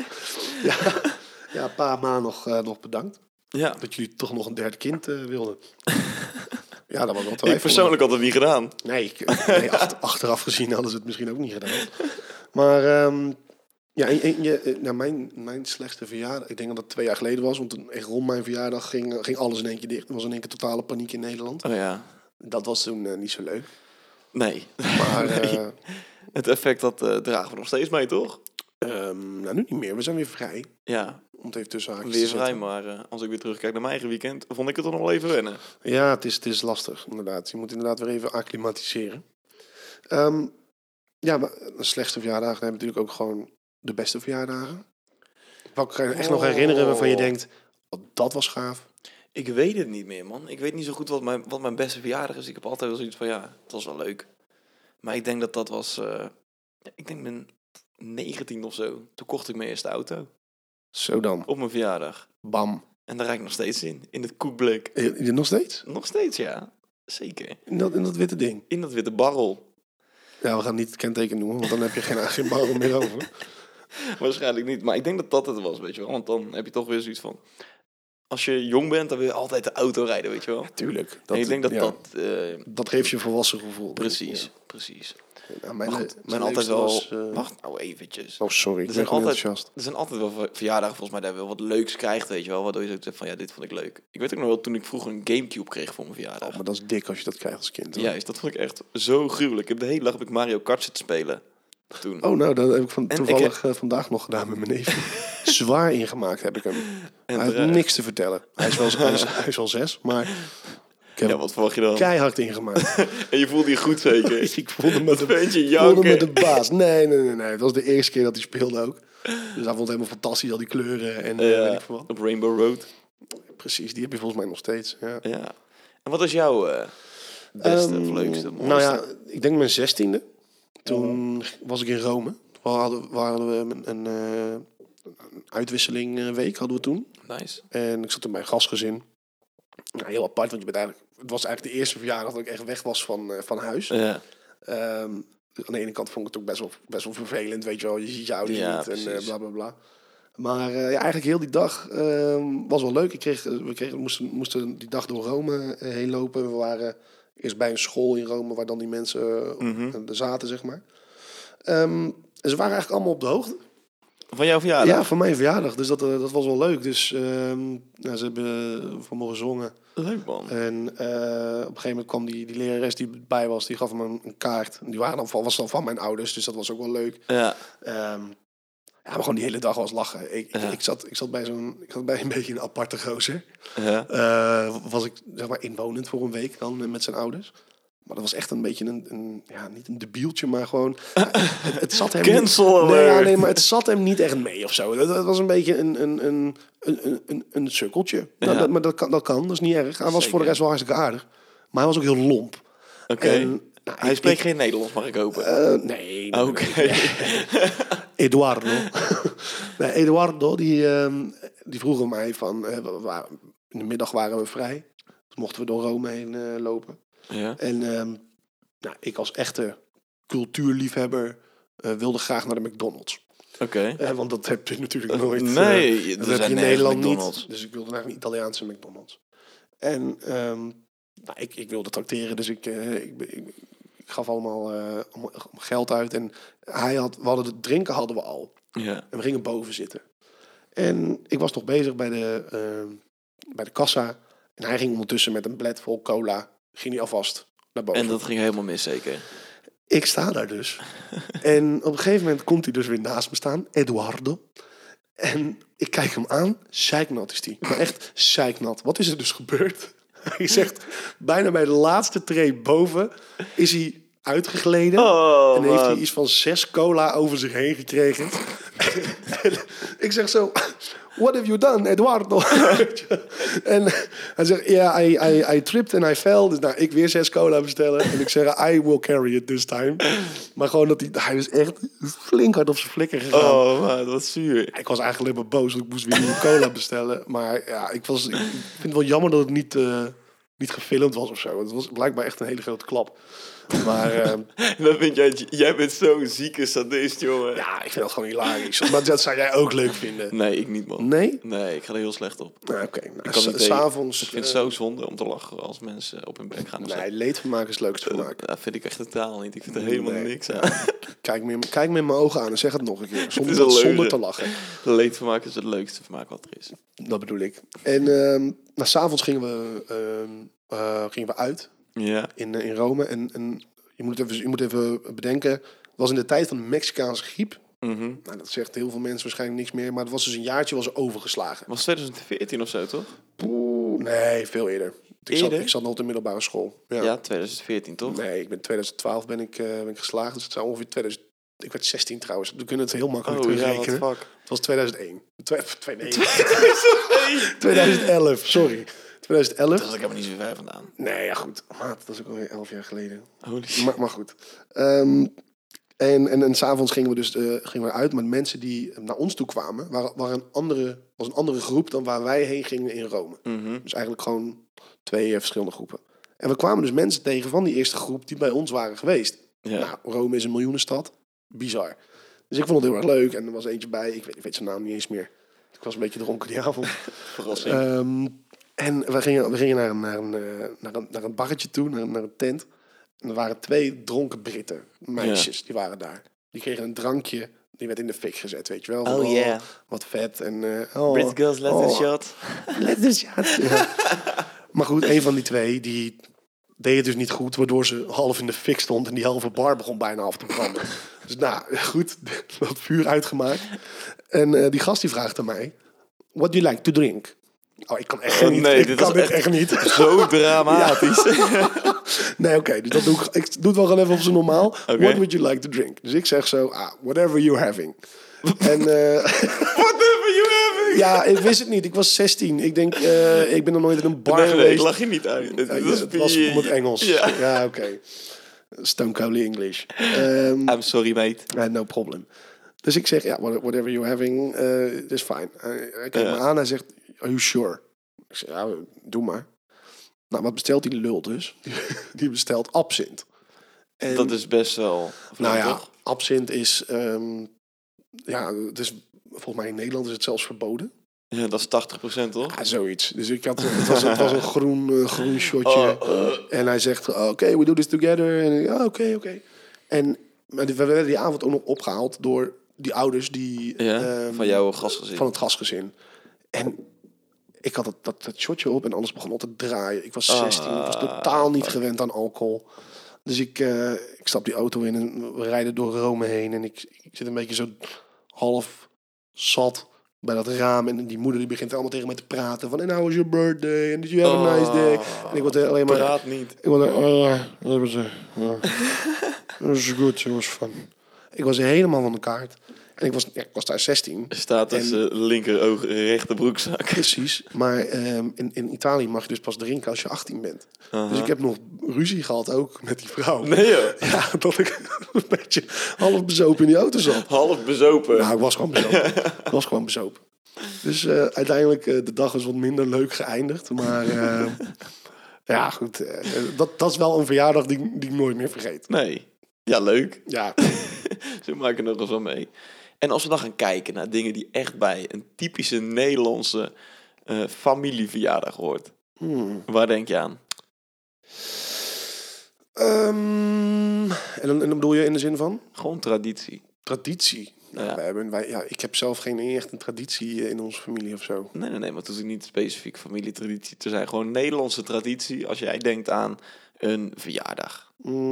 Ja, pa, ma nog bedankt. Ja. Dat jullie toch nog een derde kind wilden. Ja, dat was wel Ik twijfel. persoonlijk had het niet gedaan. Nee, achteraf gezien hadden ze het misschien ook niet gedaan. Maar ja, mijn slechtste verjaardag, ik denk dat dat 2 jaar geleden was. Want toen, echt rond mijn verjaardag ging alles in één keer dicht. Er was in één keer totale paniek in Nederland. Oh ja. Dat was toen niet zo leuk. Nee. Maar Het effect dat dragen we nog steeds mee, toch? nou, nu niet meer. We zijn weer vrij. Ja, Om het even tussen haakjes weer te vrij. zetten. Maar als ik weer terugkijk naar mijn eigen weekend, vond ik het toch nog wel even wennen. Ja, het is lastig, inderdaad. Je moet inderdaad weer even acclimatiseren. Ja, maar de slechtste verjaardagen hebben natuurlijk ook gewoon de beste verjaardagen. Welke kan je echt nog herinneren waarvan je denkt, oh, dat was gaaf? Ik weet het niet meer, man. Ik weet niet zo goed wat mijn beste verjaardag is. Ik heb altijd wel zoiets van, ja, het was wel leuk. Maar ik denk dat was... ik denk mijn 19 of zo. Toen kocht ik mijn eerste auto. Zo dan. Op mijn verjaardag. Bam. En daar rijd ik nog steeds in. In het koekblik. Nog steeds? Nog steeds, ja. Zeker. In dat witte ding? In dat witte barrel. Ja, we gaan niet het kenteken noemen, want dan heb je geen barrel meer over. Waarschijnlijk niet. Maar ik denk dat dat het was, weet je wel. Want dan heb je toch weer zoiets van... Als je jong bent, dan wil je altijd de auto rijden, weet je wel. Tuurlijk. En ik denk dat dat geeft je een volwassen gevoel. Precies, Ja. precies. Ja, Maar goed, mijn altijd wel... was, Wacht nou eventjes. Oh, sorry. Ik zijn ben gewoon altijd- enthousiast. Er zijn altijd wel verjaardagen volgens mij dat je wel wat leuks krijgt, weet je wel. Waardoor je zo zegt van, ja, dit vond ik leuk. Ik weet ook nog wel, toen ik vroeger een Gamecube kreeg voor mijn verjaardag. Oh, maar dat is dik als je dat krijgt als kind. Hoor. Juist, dat vond ik echt zo gruwelijk. De hele dag heb ik Mario Kart zitten spelen. Toen. Oh, nou, dat heb ik En toevallig vandaag nog gedaan met mijn neef. Zwaar ingemaakt heb ik hem. En Hij heeft terecht. niks te vertellen. Hij is wel 6, maar ik heb Ja, wat verwacht je dan? keihard ingemaakt. En je voelde je goed zeker. Ik voelde me de, Ventje ik voelde me janken. de baas. Nee. Het was de eerste keer dat hij speelde ook. Dus hij vond het helemaal fantastisch, al die kleuren en weet ik veel wat. Op Rainbow Road. Precies, die heb je volgens mij nog steeds. Ja. Ja. En wat is jouw beste of leukste, mooiste? Nou ja, ik denk mijn 16e. Toen was ik in Rome. We hadden we een uitwisseling week hadden we toen. Nice. En ik zat toen bij een gastgezin. Nou, heel apart, want het was eigenlijk de eerste verjaardag dat ik echt weg was van huis. Ja. Aan de ene kant vond ik het ook best wel vervelend, weet je wel. Je ziet je ouders Ja, niet en precies. bla bla bla. Maar ja, eigenlijk heel die dag was wel leuk. We moesten die dag door Rome heen lopen. We waren eerst bij een school in Rome waar dan die mensen er zaten, zeg maar. En ze waren eigenlijk allemaal op de hoogte. Van jouw verjaardag? Ja, van mijn verjaardag. Dus dat was wel leuk. Dus nou, ze hebben voor me gezongen. Leuk, man. En op een gegeven moment kwam die lerares die bij was, die gaf me een kaart. En die was dan van mijn ouders, dus dat was ook wel leuk. Ja. Ja, maar gewoon die hele dag was lachen. Ja. Ik zat bij een beetje een aparte gozer. Ja. Was ik zeg maar inwonend voor een week dan met zijn ouders. Maar dat was echt een beetje niet een debieltje, maar gewoon... Het zat hem Cancel niet, alert. nee, maar het zat hem niet echt mee of zo. Het was een beetje een sukkeltje. Ja. Maar dat kan, dat is niet erg. Hij was Zeker. voor de rest wel hartstikke aardig. Maar hij was ook heel lomp. Oké. En, nou, Hij spreekt geen Nederlands, mag ik hopen. Nee. Oké. Eduardo. Nee, Eduardo, die vroeg mij van... in de middag waren we vrij. Dus mochten we door Rome heen lopen. Ja. En nou, ik als echte cultuurliefhebber wilde graag naar de McDonald's. Oké. Want dat heb je natuurlijk nooit. Nee, dat er heb je zijn in nergens Nederland McDonald's. niet. Dus ik wilde naar een Italiaanse McDonald's. En nou, ik wilde tracteren, dus ik gaf allemaal geld uit. En drinken hadden we al. Ja. En we gingen boven zitten. En ik was nog bezig bij de kassa. En hij ging ondertussen met een bled vol cola, ging hij alvast naar boven. En dat ging helemaal mis, zeker. Ik sta daar dus. En op een gegeven moment komt hij dus weer naast me staan, Eduardo. En ik kijk hem aan, zeiknat is hij. Maar echt zeiknat. Wat is er dus gebeurd? Hij zegt, bijna bij de laatste tree boven is hij uitgegleden. Oh, en heeft hij man. iets van 6 cola over zich heen gekregen. En ik zeg zo, what have you done, Eduardo? En hij zegt, I tripped and I fell. Dus nou, ik weer 6 cola bestellen. En ik zeg, I will carry it this time. Maar gewoon dat hij is echt flink hard op zijn flikker gegaan. Oh, man, wat zuur. Ik was eigenlijk alleen maar boos, want ik moest weer nieuwe cola bestellen. Maar ja, ik vind het wel jammer dat het niet gefilmd was of zo. Het was blijkbaar echt een hele grote klap. Maar Dan vind jij bent zo'n zieke sadist, jongen. ja, ik vind het gewoon hilarisch. Maar dat zou jij ook leuk vinden. Nee, ik niet, man. Nee? Nee, ik ga er heel slecht op. Nou, oké. Ik Nou, kan niet tegen. s'avonds... Ik vind het zo zonde om te lachen als mensen op hun bek gaan. Nee, leedvermaak is het leukste vermaak. Dat vind ik echt totaal niet. Ik vind er helemaal Nee. niks aan. Kijk me in mijn ogen aan en zeg het nog een keer. is een Zonder leugen. te lachen. Leedvermaak is het leukste vermaak wat er is. Dat bedoel ik. En nou, s'avonds gingen we uit Ja. in Rome. En je moet even bedenken... Het was in de tijd van de Mexicaanse griep. Mhm. Nou, dat zegt heel veel mensen waarschijnlijk niks meer. Maar het was dus een jaartje was er overgeslagen. Was 2014 of zo, toch? Poeh, nee, veel eerder. Eerder? Ik zat nog op de middelbare school. Ja. Ja, 2014, toch? Nee, ik ben 2012 ben ik geslaagd. Dus het zou ongeveer 2000... Ik werd 16 trouwens. We kunnen het heel makkelijk Oh ja, what terugrekenen. fuck. Het was 2001. 2011, sorry. 2011. Dat was ik helemaal niet zo ver vandaan. Nee, ja goed. Maat, dat is ook alweer 11 jaar geleden. Holy shit. Maar goed. En s'avonds gingen we dus gingen we uit. Maar de mensen die naar ons toe kwamen... was een andere groep dan waar wij heen gingen in Rome. Mhm. Dus eigenlijk gewoon 2 verschillende groepen. En we kwamen dus mensen tegen van die eerste groep... die bij ons waren geweest. Ja. Nou, Rome is een miljoenenstad. Bizar. Dus ik vond het heel erg leuk. En er was eentje bij. Ik weet zijn naam niet eens meer. Ik was een beetje dronken die avond. Verrassing. En we gingen naar een barretje toe, naar een tent. En er waren 2 dronken Britten, meisjes, die waren daar. Die kregen een drankje, die werd in de fik gezet, weet je wel. Van, Oh, yeah. Wat vet. En, Brit girls, let a shot. Let a shot. Ja. Maar goed, een van die 2, die deed het dus niet goed, waardoor ze half in de fik stond en die halve bar begon bijna af te branden. Dus nou, goed, dat vuur uitgemaakt. En die gast die vraagt aan mij, what do you like to drink? Oh, ik kan echt niet. Nee, ik dit kan was dit echt niet. Zo dramatisch. Nee, oké, dus dat doe ik doe het wel gewoon even op zijn normaal. Oké. What would you like to drink? Dus ik zeg zo, whatever you're having. En Whatever you having. ja, ik wist het niet. Ik was 16. Ik denk, ik ben nog nooit in een bar Nee, geweest. ik lach je niet uit. Ja, het was om het Engels. Ja. Ja, oké. Stone Cold English. I'm sorry, mate. No problem. Dus ik zeg, ja, whatever you're having, is fine. Hij kijkt me aan, hij zegt, are you sure? Ik zeg, ja, doe maar. Nou, wat bestelt die lul dus? Die bestelt absint. En, Dat is best wel... nou ja, toch? absint is, het is, volgens mij in Nederland is het zelfs verboden. Ja, dat is 80%, toch? Ja, zoiets. Dus het was een groen shotje. En hij zegt, oké, we do this together. En ja, oké. En we werden die avond ook nog opgehaald door die ouders die... Ja, van jouw gastgezin. Van het gastgezin. En ik had dat shotje op en alles begon al te draaien. Ik was 16, ik was totaal niet gewend aan alcohol. Dus ik stap die auto in en we rijden door Rome heen. En ik zit een beetje zo half zat bij dat raam. En die moeder die begint allemaal tegen mij te praten. Van, and how was your birthday? And did you have a nice day? En ik word alleen maar... Praat niet. Ik word dat was dat is goed, het was fun. Ik was helemaal van de kaart. En ik was daar 16. Staat dus linkeroog rechter broekzak. Precies. Maar in Italië mag je dus pas drinken als je 18 bent. Uh-huh. Dus ik heb nog ruzie gehad ook met die vrouw. Nee joh. Ja, dat ik een beetje half bezopen in die auto zat. Half bezopen. Nou, ik was gewoon bezopen. Dus uiteindelijk, de dag is wat minder leuk geëindigd. Maar ja, goed. Dat is wel een verjaardag die ik nooit meer vergeet. Nee. Ja, leuk. Ja. Ze maken nog eens wel mee. En als we dan gaan kijken naar dingen die echt bij een typische Nederlandse familieverjaardag hoort. Waar denk je aan? En dan bedoel je in de zin van? Gewoon traditie. Traditie. Nou, ik heb zelf geen echt een traditie in onze familie of zo. Nee, maar het is ook niet specifiek familietraditie. Het zijn gewoon Nederlandse traditie als jij denkt aan een verjaardag.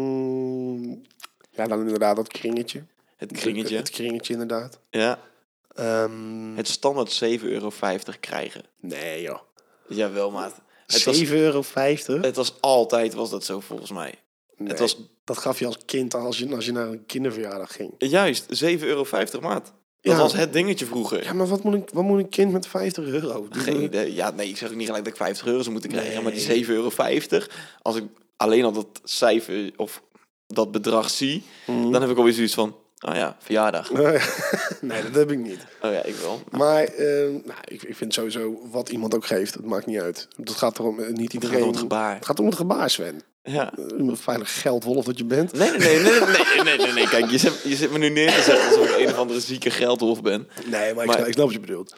Ja, dan inderdaad dat kringetje. Het kringetje. Het kringetje, inderdaad. Ja. Het standaard €7,50 krijgen. Nee, joh. Jawel, maat. €7,50? Het was altijd dat zo, volgens mij. Nee, dat gaf je als kind als je naar een kinderverjaardag ging. Juist, €7,50, maat. Dat was het dingetje vroeger. Ja, maar wat moet een kind met €50? Geen idee. Ja, nee, ik zeg ook niet gelijk dat ik €50 zou moeten krijgen. Maar die €7,50, als ik alleen al dat cijfer of dat bedrag zie, dan heb ik alweer zoiets van, oh ja, verjaardag. Nee, dat heb ik niet. Oh ja, ik wel. Maar ik vind sowieso wat iemand ook geeft, het maakt niet uit. Het gaat erom, niet iedereen... Het gaat om het gebaar. Het gaat om het gebaar, Sven. Ja. Een veilig geldwolf dat je bent. Nee. Kijk, je zit me nu neer te zetten alsof ik een of andere zieke geldwolf ben. Nee, maar ik snap wat je bedoelt.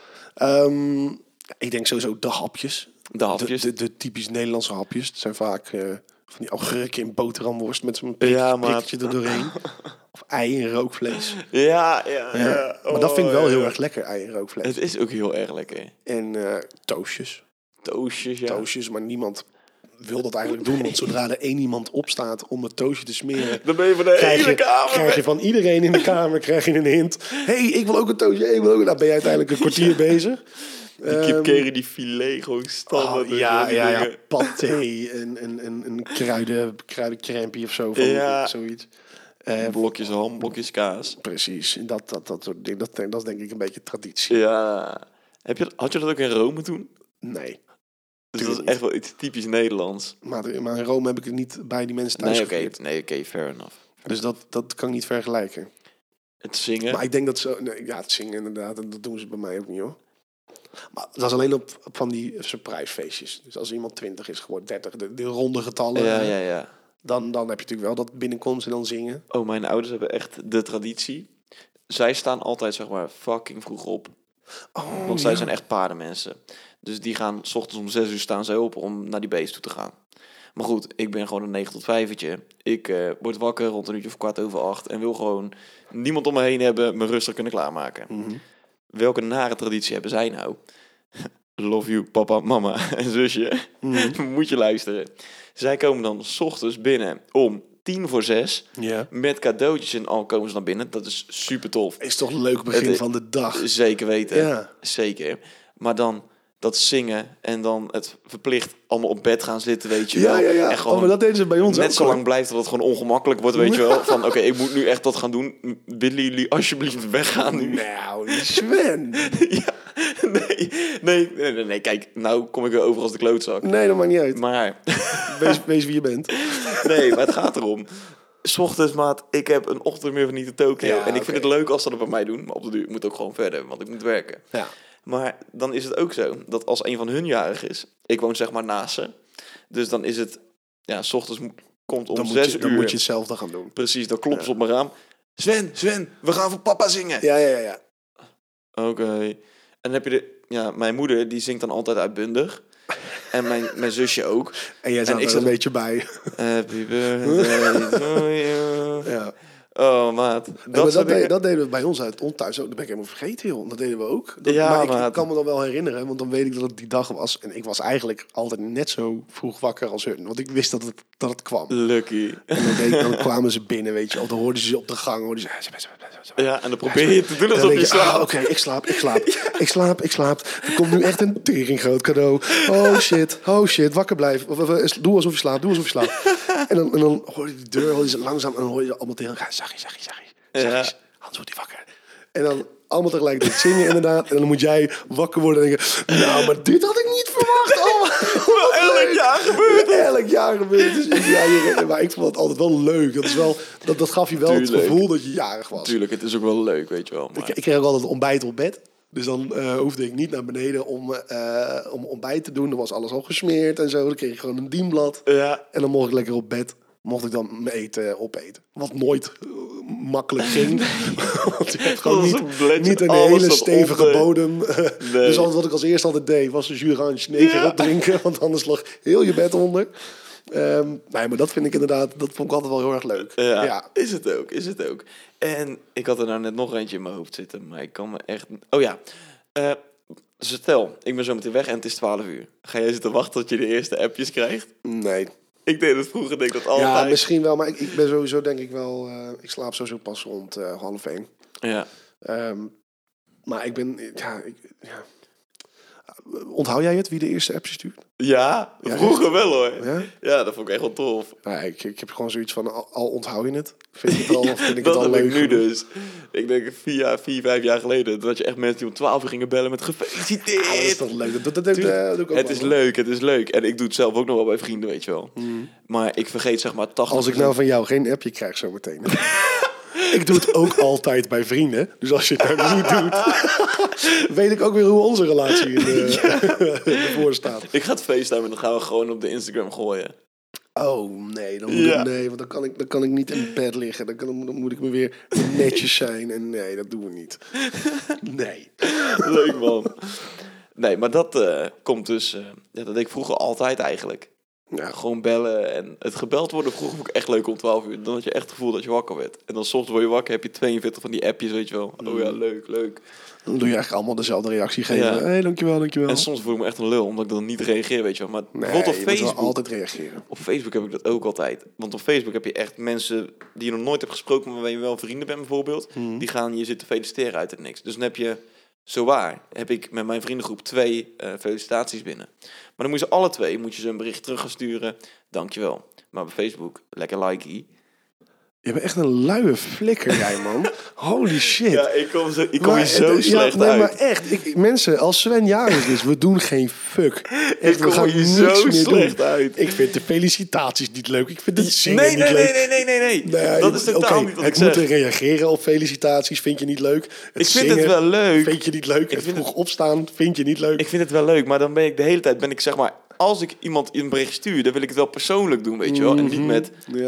Ik denk sowieso de hapjes. De hapjes. De typisch Nederlandse hapjes. Het zijn vaak van die augurken in boterhamworst met zo'n prikkertje er doorheen. Of ei en rookvlees. Ja. Maar dat vind ik wel heel erg lekker, ei en rookvlees. Het is ook heel erg lekker. En toastjes. Toastjes, ja. Toastjes, maar niemand wil dat eigenlijk doen. Want zodra er één iemand opstaat om het toastje te smeren... Dan ben je van de hele kamer. Krijg je van iedereen in de kamer een hint. Hey, ik wil ook een toastje. Dan ben je uiteindelijk een kwartier bezig. Die kipkeren, die filet, gewoon standaard. Ja. Paté en een kruidencrampie of zo. Zoiets. Blokjes ham, blokjes kaas. Precies. Dat soort dingen. Dat is denk ik een beetje traditie. Ja. Had je dat ook in Rome toen? Nee. Dus dat is echt wel iets typisch Nederlands. Maar in Rome heb ik het niet bij die mensen thuis gevierd. Nee, oké, fair enough. Dus dat kan ik niet vergelijken. Het zingen? Maar ik denk dat ze... Nee, het zingen inderdaad. En dat doen ze bij mij ook niet, hoor. Maar dat is alleen op van die surprise feestjes. Dus als iemand 20 is geworden, 30, de ronde getallen. Ja. Dan heb je natuurlijk wel dat binnenkomt en dan zingen. Oh, mijn ouders hebben echt de traditie. Zij staan altijd, zeg maar, fucking vroeg op. Want zij zijn echt paardenmensen. Dus die gaan 's ochtends om 6 uur staan zij op om naar die beest toe te gaan. Maar goed, ik ben gewoon een 9 tot 5'tje. Ik word wakker rond een uurtje of 7:15 en wil gewoon niemand om me heen hebben, me rustig kunnen klaarmaken. Mm-hmm. Welke nare traditie hebben zij nou? Love you, papa, mama en zusje. Moet je luisteren. Zij komen dan 's ochtends binnen om 5:50. Ja. Met cadeautjes en al komen ze naar binnen. Dat is super tof. Is toch een leuk begin van de dag. Zeker weten. Ja. Zeker. Maar dan dat zingen en dan het verplicht allemaal op bed gaan zitten, weet je wel. Ja. En gewoon maar dat deden ze bij ons ook. net zo lang blijft dat het gewoon ongemakkelijk wordt, weet je wel. Van oké, ik moet nu echt dat gaan doen. Willen jullie alsjeblieft weggaan nu? Nou, Sven. Nee. Kijk, nou kom ik weer over als de klootzak. Nee, dat maakt niet uit. Maar Wees wie je bent. nee, maar het gaat erom. 's Ochtends, maat, ik heb een ochtendmiddag van niet in Tokio. Ja, en ik vind het leuk als ze dat bij mij doen. Maar op de duur moet ook gewoon verder, want ik moet werken. Ja. Maar dan is het ook zo dat als een van hun jarig is, ik woon zeg maar naast ze. Dus dan is het, 's ochtends komt om 6 uur. Dan moet je hetzelfde gaan doen. Precies, dan klopt ze op mijn raam. Sven, we gaan voor papa zingen. Ja. Oké. En dan heb je mijn moeder, die zingt dan altijd uitbundig. En mijn zusje ook. En jij zat er een beetje bij. Happy birthday to you. Ja. Oh, maat. Dat deden we bij ons thuis ook. Dat ben ik helemaal vergeten, joh. Dat deden we ook. Maar ik kan me dan wel herinneren, want dan weet ik dat het die dag was. En ik was eigenlijk altijd net zo vroeg wakker als hun. Want ik wist dat het kwam. Lucky. En dan kwamen ze binnen, weet je. Of dan hoorden ze op de gang. Ja, en dan probeer je te doen alsof je slaapt. Oké, ik slaap. Er komt nu echt een tering groot cadeau. Oh shit, wakker blijven. Doe alsof je slaapt. En dan hoor je de deur langzaam en dan hoor je allemaal tegen elkaar. Zachtjes, Hans wordt die wakker. En dan allemaal tegelijkertijd zingen inderdaad. En dan moet jij wakker worden en denken, nou, maar dit had ik niet verwacht. Elk jaar gebeurt. Dus maar ik vond het altijd wel leuk. Dat gaf je wel het gevoel dat je jarig was. Tuurlijk, het is ook wel leuk, weet je wel. Maar... Ik kreeg ook altijd ontbijt op bed. Dus dan hoefde ik niet naar beneden om ontbijt te doen. Dan was alles al gesmeerd en zo. Dan kreeg ik gewoon een dienblad. Ja. En dan mocht ik lekker op bed. Mocht ik dan mijn eten opeten. Wat nooit makkelijk ging. Want je hebt gewoon niet een hele stevige bodem. Dus wat ik als eerste altijd deed, was een jus orange 9 keer opdrinken. Want anders lag heel je bed onder. Nee, maar dat vind ik inderdaad, dat vond ik altijd wel heel erg leuk. Ja. Is het ook. En ik had er nou net nog eentje in mijn hoofd zitten, maar ik kan me echt... Oh ja, dus stel, ik ben zo meteen weg en het is 12 uur. Ga jij zitten wachten tot je de eerste appjes krijgt? Nee. Ik deed het vroeger, denk ik dat altijd. Ja, misschien wel, maar ik ben sowieso denk ik wel... ik slaap sowieso pas rond 12:30. Ja. Maar ik ben... Onthoud jij het, wie de eerste appje stuurt? Ja, vroeger wel hoor. Ja? Ja, dat vond ik echt wel tof. Nou, ik heb gewoon zoiets van, al onthoud je het? Vind je het al, of vind ik Dat het al heb leuk? ik nu dus. Ik denk 4-5 jaar geleden, dat je echt mensen die om 12 uur gingen bellen met gefeliciteerd. Ja, dat is toch leuk? Dat doe ik ook Het wel. is leuk. En ik doe het zelf ook nog wel bij vrienden, weet je wel. Maar ik vergeet zeg maar 80%. Als ik nou van jou geen appje krijg zometeen. Ik doe het ook altijd bij vrienden. Dus als je het nou niet doet, weet ik ook weer hoe onze relatie ervoor staat. Ik ga het FaceTime en dan gaan we gewoon op de Instagram gooien. Oh nee, dan moet ik, nee, want dan kan ik niet in bed liggen. Dan moet ik me weer netjes zijn. En nee, dat doen we niet. Nee. Leuk man. Nee, maar dat komt dus... dat deed ik vroeger altijd eigenlijk. Ja. Gewoon bellen en het gebeld worden vroeger vond ik echt leuk om 12 uur. Dan had je echt het gevoel dat je wakker werd. En dan soms word je wakker, heb je 42 van die appjes, weet je wel. Oh ja, leuk. Dan doe je eigenlijk allemaal dezelfde reactie geven. Ja. Hey, dankjewel. En soms voel ik me echt een lul, omdat ik dan niet reageer, weet je wel. Maar Nee, bijvoorbeeld op je moet Facebook... wel altijd reageren. Op Facebook heb ik dat ook altijd. Want op Facebook heb je echt mensen die je nog nooit hebt gesproken, maar waarmee je wel vrienden bent bijvoorbeeld. Die gaan je zitten feliciteren uit het niks. Dus dan heb je, zowaar, heb ik met mijn vriendengroep 2 felicitaties binnen. Maar dan moet je ze alle 2, moet je ze een bericht terug gaan sturen. Dankjewel. Maar op Facebook, lekker likey. Je bent echt een luie flikker, jij man. Holy shit. Ja, ik kom hier zo slecht uit. Maar echt, mensen, als Sven jarig is, we doen geen fuck. Echt, Ik kom hier zo slecht uit. Ik vind de felicitaties niet leuk. Ik vind het zingen niet leuk. Nee. Dat is totaal niet wat ik het zeg. moeten reageren op felicitaties vind je niet leuk. Ik vind het wel leuk. Vind je niet leuk. Het vroeg opstaan vind je niet leuk. Ik vind het wel leuk, maar dan ben ik de hele tijd, zeg maar... Als ik iemand een bericht stuur, dan wil ik het wel persoonlijk doen, weet je wel. En niet met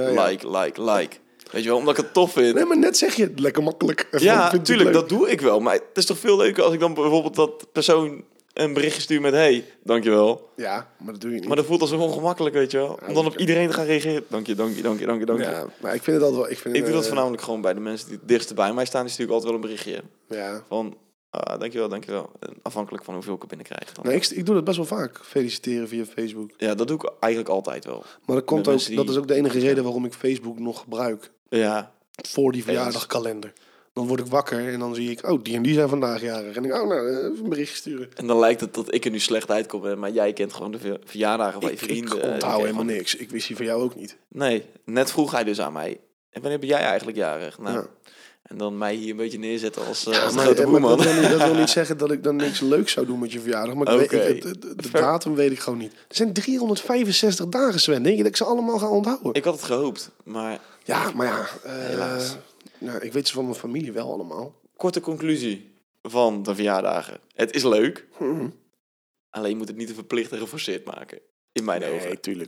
like. Weet je wel, omdat ik het tof vind. Nee, maar net zeg je het lekker makkelijk. Ja, natuurlijk, dat doe ik wel. Maar het is toch veel leuker als ik dan bijvoorbeeld dat persoon een berichtje stuur met... Hey, dankjewel. Ja, maar dat doe je niet. Maar dat voelt als ongemakkelijk, weet je wel. Om dan op iedereen te gaan reageren. Dank je. Ja, maar ik vind het altijd wel... Ik doe dat voornamelijk gewoon bij de mensen die het dichtst bij mij staan. Die stuur ik altijd wel een berichtje. Ja. Van, dankjewel. En afhankelijk van hoeveel ik er binnenkrijg. Dan. Nee, ik doe dat best wel vaak. Feliciteren via Facebook. Ja, dat doe ik eigenlijk altijd wel. Maar dat is ook de enige reden waarom ik Facebook nog gebruik. Ja. Voor die verjaardagkalender. Dan word ik wakker en dan zie ik... Oh, die en die zijn vandaag jarig. En ik even een berichtje sturen. En dan lijkt het dat ik er nu slecht uitkom. Maar jij kent gewoon de verjaardagen van je vrienden. Ik onthoud helemaal niks. Ik wist die van jou ook niet. Nee, net vroeg hij dus aan mij. En wanneer ben jij eigenlijk jarig? Nou, ja. En dan mij hier een beetje neerzetten als de grote boeman. Dat wil niet zeggen dat ik dan niks leuks zou doen met je verjaardag. Maar de datum weet ik gewoon niet. Er zijn 365 dagen, Sven. Denk je dat ik ze allemaal ga onthouden? Ik had het gehoopt, maar... Ja, maar ja. Helaas. Nou, ik weet ze van mijn familie wel allemaal. Korte conclusie van de verjaardagen. Het is leuk. Alleen je moet het niet te verplicht en geforceerd maken. In mijn ogen. Nee, tuurlijk.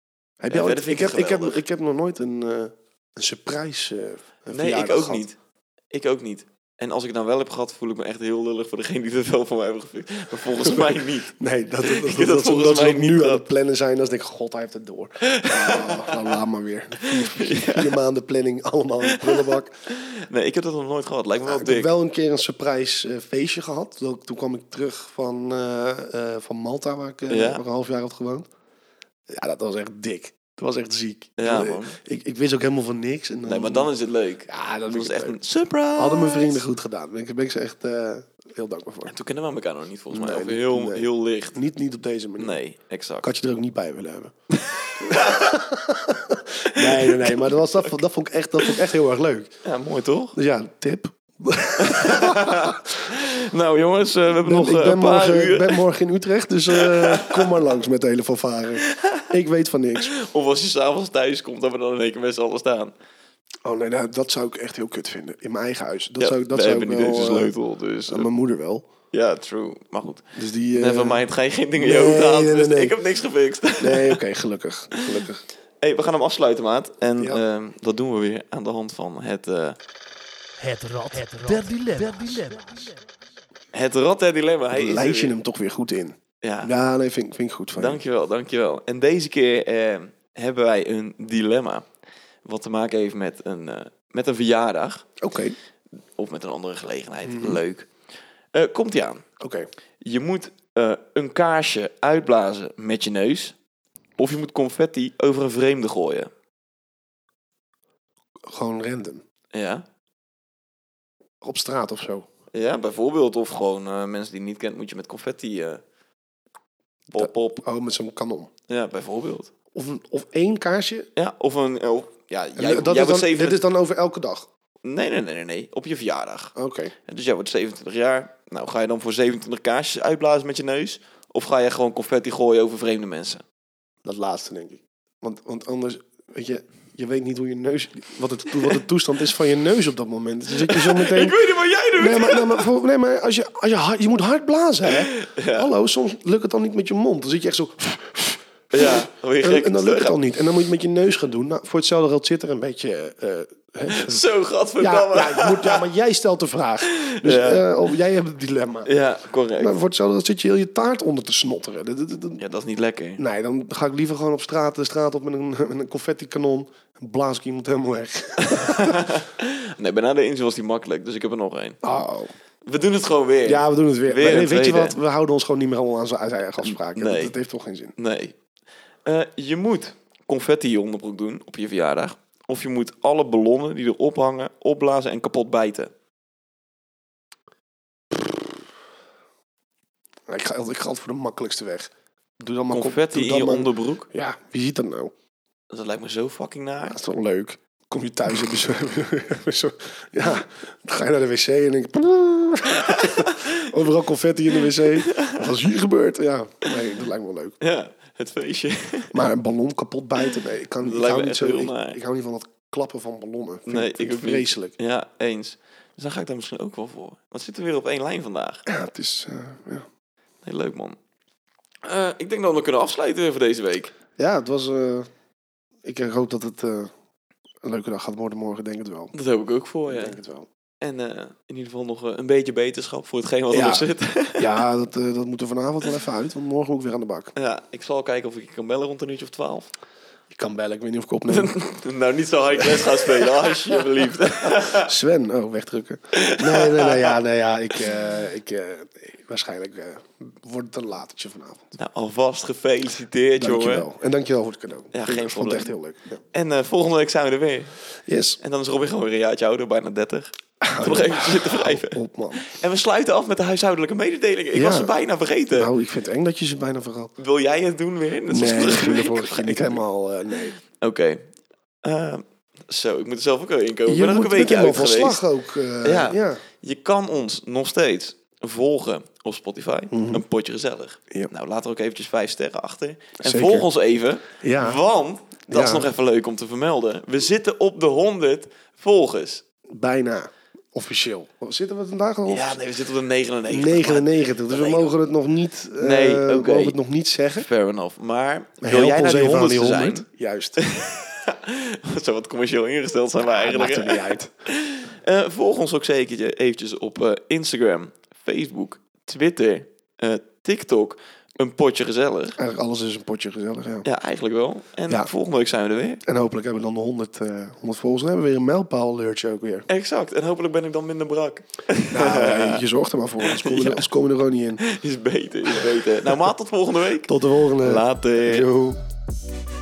Ik heb nog nooit een surprise nee, ik ook niet. En als ik het nou wel heb gehad, voel ik me echt heel lullig voor degene die het wel voor mij hebben gefixt. Maar volgens mij niet. Nee, dat volgens mij nu aan het plannen zijn. Als ik denk, god, hij heeft het door. Nou, laat maar weer. 4 maanden planning, allemaal in de prullenbak. Nee, ik heb dat nog nooit gehad. Lijkt me wel dik. Ik heb wel een keer een surprise feestje gehad. Toen kwam ik terug van Malta, waar ik een half jaar had gewoond. Ja, dat was echt dik. Het was echt ziek. Ja, man. Ik wist ook helemaal van niks. En dan, nee, maar dan is het leuk. Ja, dat was echt een surprise. Hadden mijn vrienden goed gedaan. Daar ben ik ze echt heel dankbaar voor. En toen kennen we elkaar nog niet, volgens mij. Of Nee. heel licht. Niet op deze manier. Nee, exact. Ik had je er ook niet bij willen hebben. nee. Maar dat vond ik echt heel erg leuk. Ja, mooi toch? Dus ja, tip. Nou jongens, we hebben nog een paar uur. Ik ben morgen in Utrecht, dus kom maar langs met de hele fanfare. Ik weet van niks. Of als je s'avonds thuis komt, dat we dan in één keer met z'n allen staan. Oh nee, nou, dat zou ik echt heel kut vinden. In mijn eigen huis. We hebben niet deze sleutel, dus... mijn moeder wel. Ja, true. Maar goed. Dus die... Nevermind, ga je geen dingen in je hoofd aan. Dus ik heb niks gefixt. Nee, oké, gelukkig. Hey, we gaan hem afsluiten, maat. En dat doen we weer aan de hand van het Rad der Dilemma's. Het Rad der Dilemma's. Lijst je hem toch weer goed in. Ja, nee, vind ik goed van je. Dankjewel. En deze keer hebben wij een dilemma. Wat te maken heeft met een verjaardag. Oké. Of met een andere gelegenheid. Leuk. Komt-ie aan. Oké. Je moet een kaarsje uitblazen met je neus. Of je moet confetti over een vreemde gooien. Gewoon random. Ja. Op straat of zo. Ja, bijvoorbeeld. Of gewoon mensen die je niet kent, moet je met confetti... pop, pop. Oh, met zo'n kanon. Ja, bijvoorbeeld. Of één kaarsje. Ja, of een... Oh, ja, Dit is dan over elke dag? Nee. Op je verjaardag. Oké. Dus jij wordt 27 jaar. Nou, ga je dan voor 27 kaarsjes uitblazen met je neus? Of ga je gewoon confetti gooien over vreemde mensen? Dat laatste, denk ik. Want anders, weet je weet niet hoe je neus... Wat de toestand is van je neus op dat moment. Dan zit je zo meteen... Ik weet niet wat jij doet. Nee, maar als je moet hard blazen, hè? Ja. Hallo, soms lukt het dan niet met je mond. Dan zit je echt zo... Ja, en dan lukt het dan niet. En dan moet je het met je neus gaan doen. Nou, voor hetzelfde geld zit er een beetje... Zo, gadverdamme. Maar jij stelt de vraag. Dus of jij hebt het dilemma. Ja, correct. Maar voor hetzelfde geld zit je heel je taart onder te snotteren. Ja, dat is niet lekker. Nee, dan ga ik liever gewoon op de straat op met een confetti-kanon. En blaas ik iemand helemaal weg. Nee, bij na de inzien was die makkelijk. Dus ik heb er nog één. Oh. We doen het gewoon weer. Ja, we doen het weer. Weer Weet je wat? We houden ons gewoon niet meer allemaal aan zijn eigen afspraken. Nee. Dat heeft toch geen zin. Nee. Je moet confetti in je onderbroek doen op je verjaardag. Of je moet alle ballonnen die erop hangen, opblazen en kapot bijten. Ik ga altijd voor de makkelijkste weg. Doe dan maar Confetti in je onderbroek? Ja, wie ziet dat nou? Dat lijkt me zo fucking naar. Dat is toch leuk? Kom je thuis en zo... Ja, dan ga je naar de wc en denk overal confetti in de wc. Wat is hier gebeurd? Ja, nee, dat lijkt me wel leuk. Ja, het feestje. Maar een ballon kapot bijten, nee. Ik hou niet van het klappen van ballonnen. Vind ik vreselijk. Ja, eens. Dus dan ga ik daar misschien ook wel voor. Wat zitten we weer op één lijn vandaag? Ja, het is... ja. Nee, leuk man. Ik denk dat we kunnen afsluiten voor deze week. Ja, het was... ik hoop dat het een leuke dag gaat worden morgen, denk het wel. Dat heb ik ook voor, ja. Ik denk het wel. En in ieder geval nog een beetje beterschap voor hetgeen wat er nog zit. Ja, dat moet er vanavond wel even uit, want morgen moet ik weer aan de bak. Ja, ik zal kijken of ik je kan bellen rond een uurtje of 12. Je kan bellen, ik weet niet of ik opneem. Nou, niet zo high class gaan spelen, alsjeblieft. Sven, wegdrukken. Waarschijnlijk wordt het een latertje vanavond. Nou, alvast gefeliciteerd, jongen. Dankjewel. En dankjewel voor het cadeau. Ja, Ik geen vond het probleem. echt heel leuk. Ja. En volgende week zijn we er weer. Yes. En dan is Robin gewoon weer een jaartje ouder, bijna 30. Nog even zitten wrijven. Op, man. En we sluiten af met de huishoudelijke mededelingen. Ik was ze bijna vergeten. Nou, ik vind het eng dat je ze bijna vergat. Wil jij het doen weer? Nee, ik vind de vorige keer niet helemaal... nee. Oké. Zo, ik moet er zelf ook wel inkomen. Ik Je ben ook moet een weekje uit van geweest. slag ook. Ja. Je kan ons nog steeds volgen op Spotify. Een potje gezellig. Ja. Nou, laat er ook eventjes 5 sterren achter. En Zeker. volg ons even. Ja. Want, dat is nog even leuk om te vermelden. We zitten op de 100 volgers. Bijna. Officieel. Zitten we vandaag al? Ja, nee, we zitten op de 99. 99. Dus we mogen het nog niet, mogen het nog niet zeggen. Fair enough. Maar wil Help jij ons naar die even aan 100 die zijn? 100. Juist. Zo wat commercieel ingesteld zijn we eigenlijk. Maakt er niet uit. Volg ons ook zeker eventjes op Instagram, Facebook, Twitter, TikTok. Een potje gezellig. Eigenlijk alles is een potje gezellig, ja. Ja, eigenlijk wel. En volgende week zijn we er weer. En hopelijk hebben we dan de 100 volgers. Dan hebben we weer een mijlpaal-leurtje ook weer. Exact. En hopelijk ben ik dan minder brak. Nou, je zorgt er maar voor. Anders komen we er gewoon niet in. Is beter, is beter. Nou, maat, tot volgende week. Tot de volgende. Later. Yo.